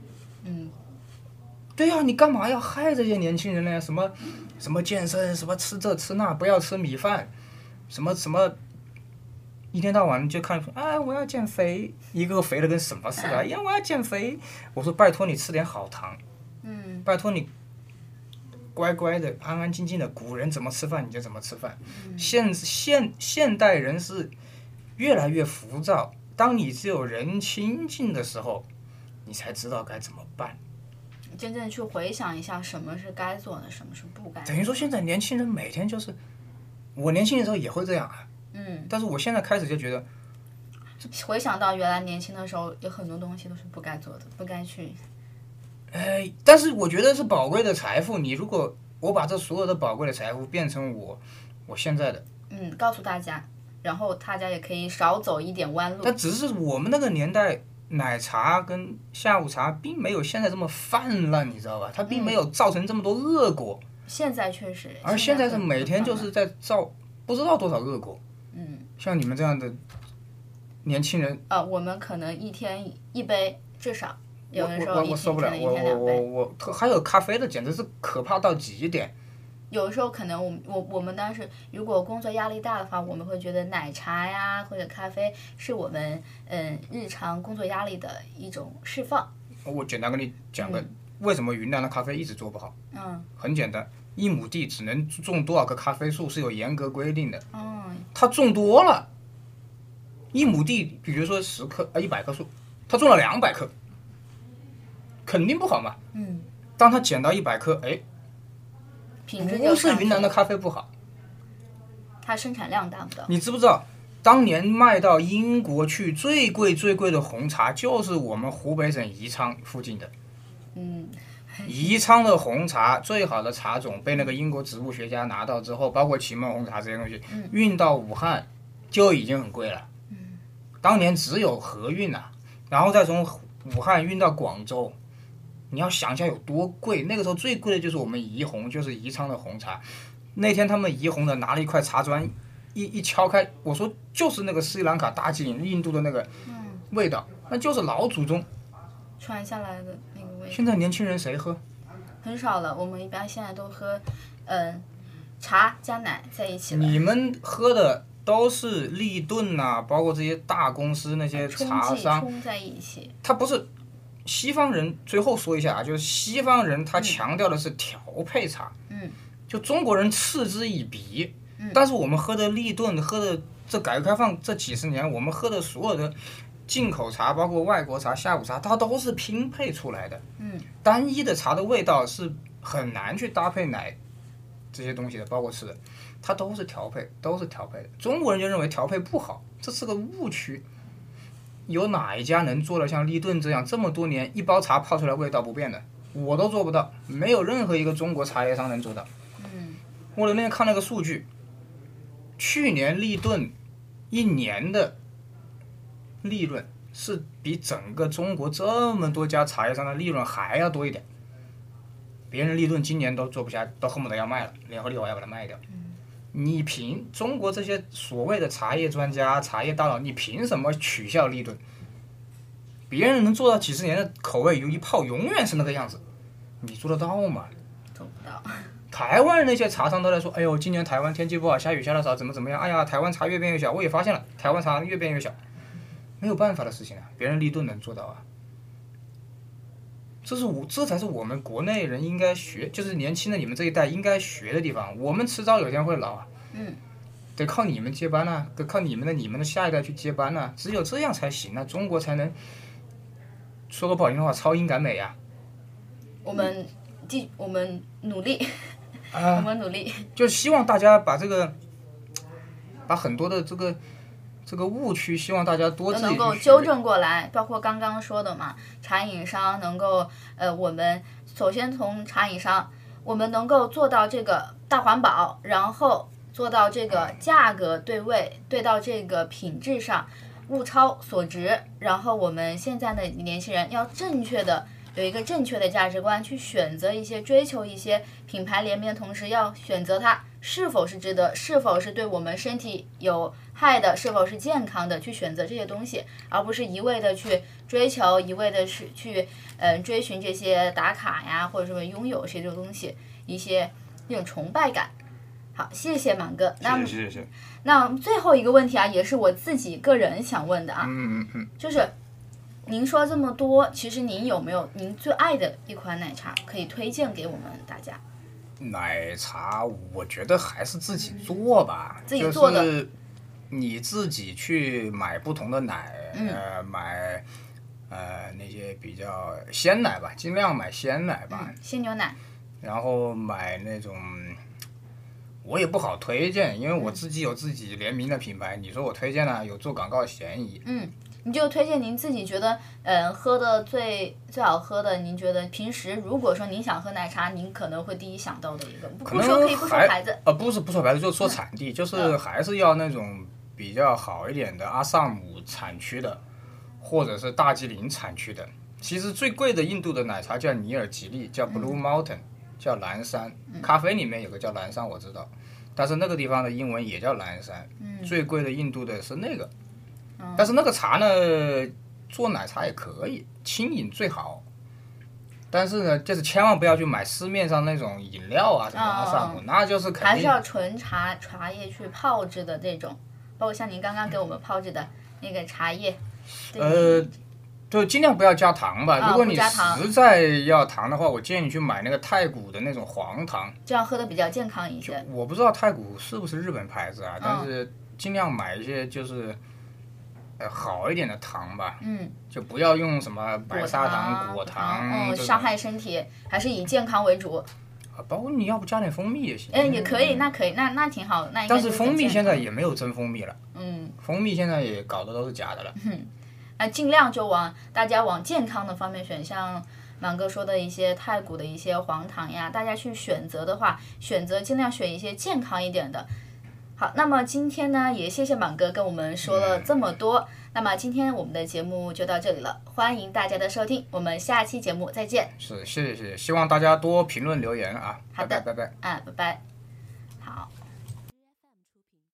对呀，你干嘛要害这些年轻人呢？什么健身，什么吃这吃那，不要吃米饭，什么一天到晚就看我要减肥，一个肥的跟什么似的。我要减肥。我说拜托你吃点好糖，拜托你乖乖的、安安静静的，古人怎么吃饭你就怎么吃饭。现代人是越来越浮躁，当你只有人亲近的时候，你才知道该怎么办。 真正去回想一下什么是该做的，什么是不该做的。 等于说现在年轻人每天就是，我年轻的时候也会这样啊，但是我现在开始就觉得， 回想到原来年轻的时候，有很多东西都是不该做的，不该去。 但是我觉得是宝贵的财富。你如果我把这所有的宝贵的财富变成我现在的， 告诉大家，然后大家也可以少走一点弯路。 但只是我们那个年代，奶茶跟下午茶并没有现在这么泛滥，你知道吧？它并没有造成这么多恶果。 现在确实。 而现在是每天就是在造不知道多少恶果。像你们这样的年轻人， 我们可能一天一杯至少。有的时候我受不了，我还有咖啡的，简直是可怕到极点。 有的时候可能我们当时如果工作压力大的话，我们会觉得奶茶呀或者咖啡是我们日常工作压力的一种释放。 我简单跟你讲个，为什么云南的咖啡一直做不好？很简单，1亩地只能种多少棵咖啡树是有严格规定的。他种多了，1亩地，比如说10棵100棵树，他种了200棵。肯定不好嘛。当他捡到100棵， 品质不是云南的咖啡不好， 它生产量达不到。 你知不知道，当年卖到英国去最贵的红茶，就是我们湖北省宜昌附近的。宜昌的红茶最好的茶种被那个英国植物学家拿到之后，包括祁门红茶这些东西，运到武汉就已经很贵了。当年只有河运啊，然后再从武汉运到广州。你要想一下有多贵，那个时候最贵的就是我们宜红，就是宜昌的红茶。那天他们宜红的拿了一块茶砖，一敲开，我说就是那个斯里兰卡、大吉岭、印度的那个味道，那就是老祖宗传下来的那个味道。 现在年轻人谁喝？ 很少了，我们一般现在都喝茶加奶在一起了。 你们喝的都是立顿啊，包括这些大公司那些茶商冲在一起。 它不是。西方人最后说一下啊，就是西方人他强调的是调配茶，就中国人嗤之以鼻，但是我们喝的立顿，喝的这改革开放这几十年，我们喝的所有的进口茶，包括外国茶、下午茶，它都是拼配出来的，单一的茶的味道是很难去搭配奶这些东西的，包括吃的，它都是调配的。中国人就认为调配不好，这是个误区。有哪一家能做得像立顿这样这么多年一包茶泡出来味道不变的？我都做不到，没有任何一个中国茶叶商能做到。我那天看了个数据，去年立顿1年的利润是比整个中国这么多家茶叶商的利润还要多一点。别人立顿今年都做不下，都恨不得要卖了，联合利华要把它卖掉。你凭中国这些所谓的茶叶专家、茶叶大佬，你凭什么取笑立顿？别人能做到几十年的口味，一泡永远是那个样子，你做得到吗？ 做不到。 台湾那些茶商都在说，哎呦，今年台湾天气不好，下雨下得少，怎么样？哎呀，台湾茶越变越小。我也发现了，台湾茶越变越小，没有办法的事情啊，别人立顿能做到啊。这才是我们国内人应该学，就是年轻的你们这一代应该学的地方。我们迟早有一天会老啊，得靠你们接班啊，得靠你们的下一代去接班啊，只有这样才行啊，中国才能说个不好听的话，超英赶美啊。 我们努力，我们努力， 就希望大家把很多的这个误区，希望大家多自己能够纠正过来，包括刚刚说的嘛，茶饮商能够我们首先从茶饮商，我们能够做到这个大环保，然后做到这个价格对位，对到这个品质上物超所值，然后我们现在的年轻人要有一个正确的价值观，去选择追求一些品牌联名的同时，要选择它是否是值得，是否是对我们身体有害的，是否是健康的，去选择这些东西，而不是一味的去追求，一味的是去追寻这些打卡呀，或者说拥有这种东西，一些那种崇拜感。好，谢谢满哥。 谢谢。 那最后一个问题啊，也是我自己个人想问的啊，就是您说这么多，其实您有没有您最爱的一款奶茶可以推荐给我们大家？ 奶茶，我觉得还是自己做吧， 自己做的就是你自己去买不同的奶，买那些比较鲜奶吧，尽量买鲜奶吧， 鲜牛奶。 然后买那种。我也不好推荐，因为我自己有自己联名的品牌，你说我推荐呢，有做广告嫌疑。 你就推荐您自己觉得，喝的最好喝的，您觉得平时如果说您想喝奶茶，您可能会第一想到的一个，不说可以不说牌子， 不是不说牌子，就说产地，就是还是要那种比较好一点的阿萨姆产区的，或者是大吉岭产区的。其实最贵的印度的奶茶叫尼尔吉利，叫 Blue Mountain，叫蓝山。咖啡里面有个叫蓝山，我知道。但是那个地方的英文也叫蓝山，最贵的印度的是那个，但是那个茶呢，做奶茶也可以，轻饮最好。但是呢，就是千万不要去买市面上那种饮料啊什么阿萨姆，那就是肯定还是要纯茶叶去泡制的这种，包括像您刚刚给我们泡制的那个茶叶。 就尽量不要加糖吧。如果你实在要糖的话，我建议你去买那个太古的那种黄糖， 这样喝的比较健康一些。 我不知道太古是不是日本牌子啊，但是尽量买一些就是好一点的糖吧。就不要用什么白砂糖、果糖， 伤害身体，还是以健康为主。 包括你要不加点蜂蜜也行。 也可以，那可以，那挺好。那但是蜂蜜现在也没有真蜂蜜了。蜂蜜现在也搞的都是假的了。 尽量就大家往健康的方面选，像满哥说的一些太古的一些黄糖呀，大家去选择的话，尽量选一些健康一点的。好，那么今天呢，也谢谢满哥跟我们说了这么多。那么今天我们的节目就到这里了，欢迎大家的收听，我们下期节目再见。 是，谢谢，希望大家多评论留言啊。 好的， 拜拜。 拜拜。好。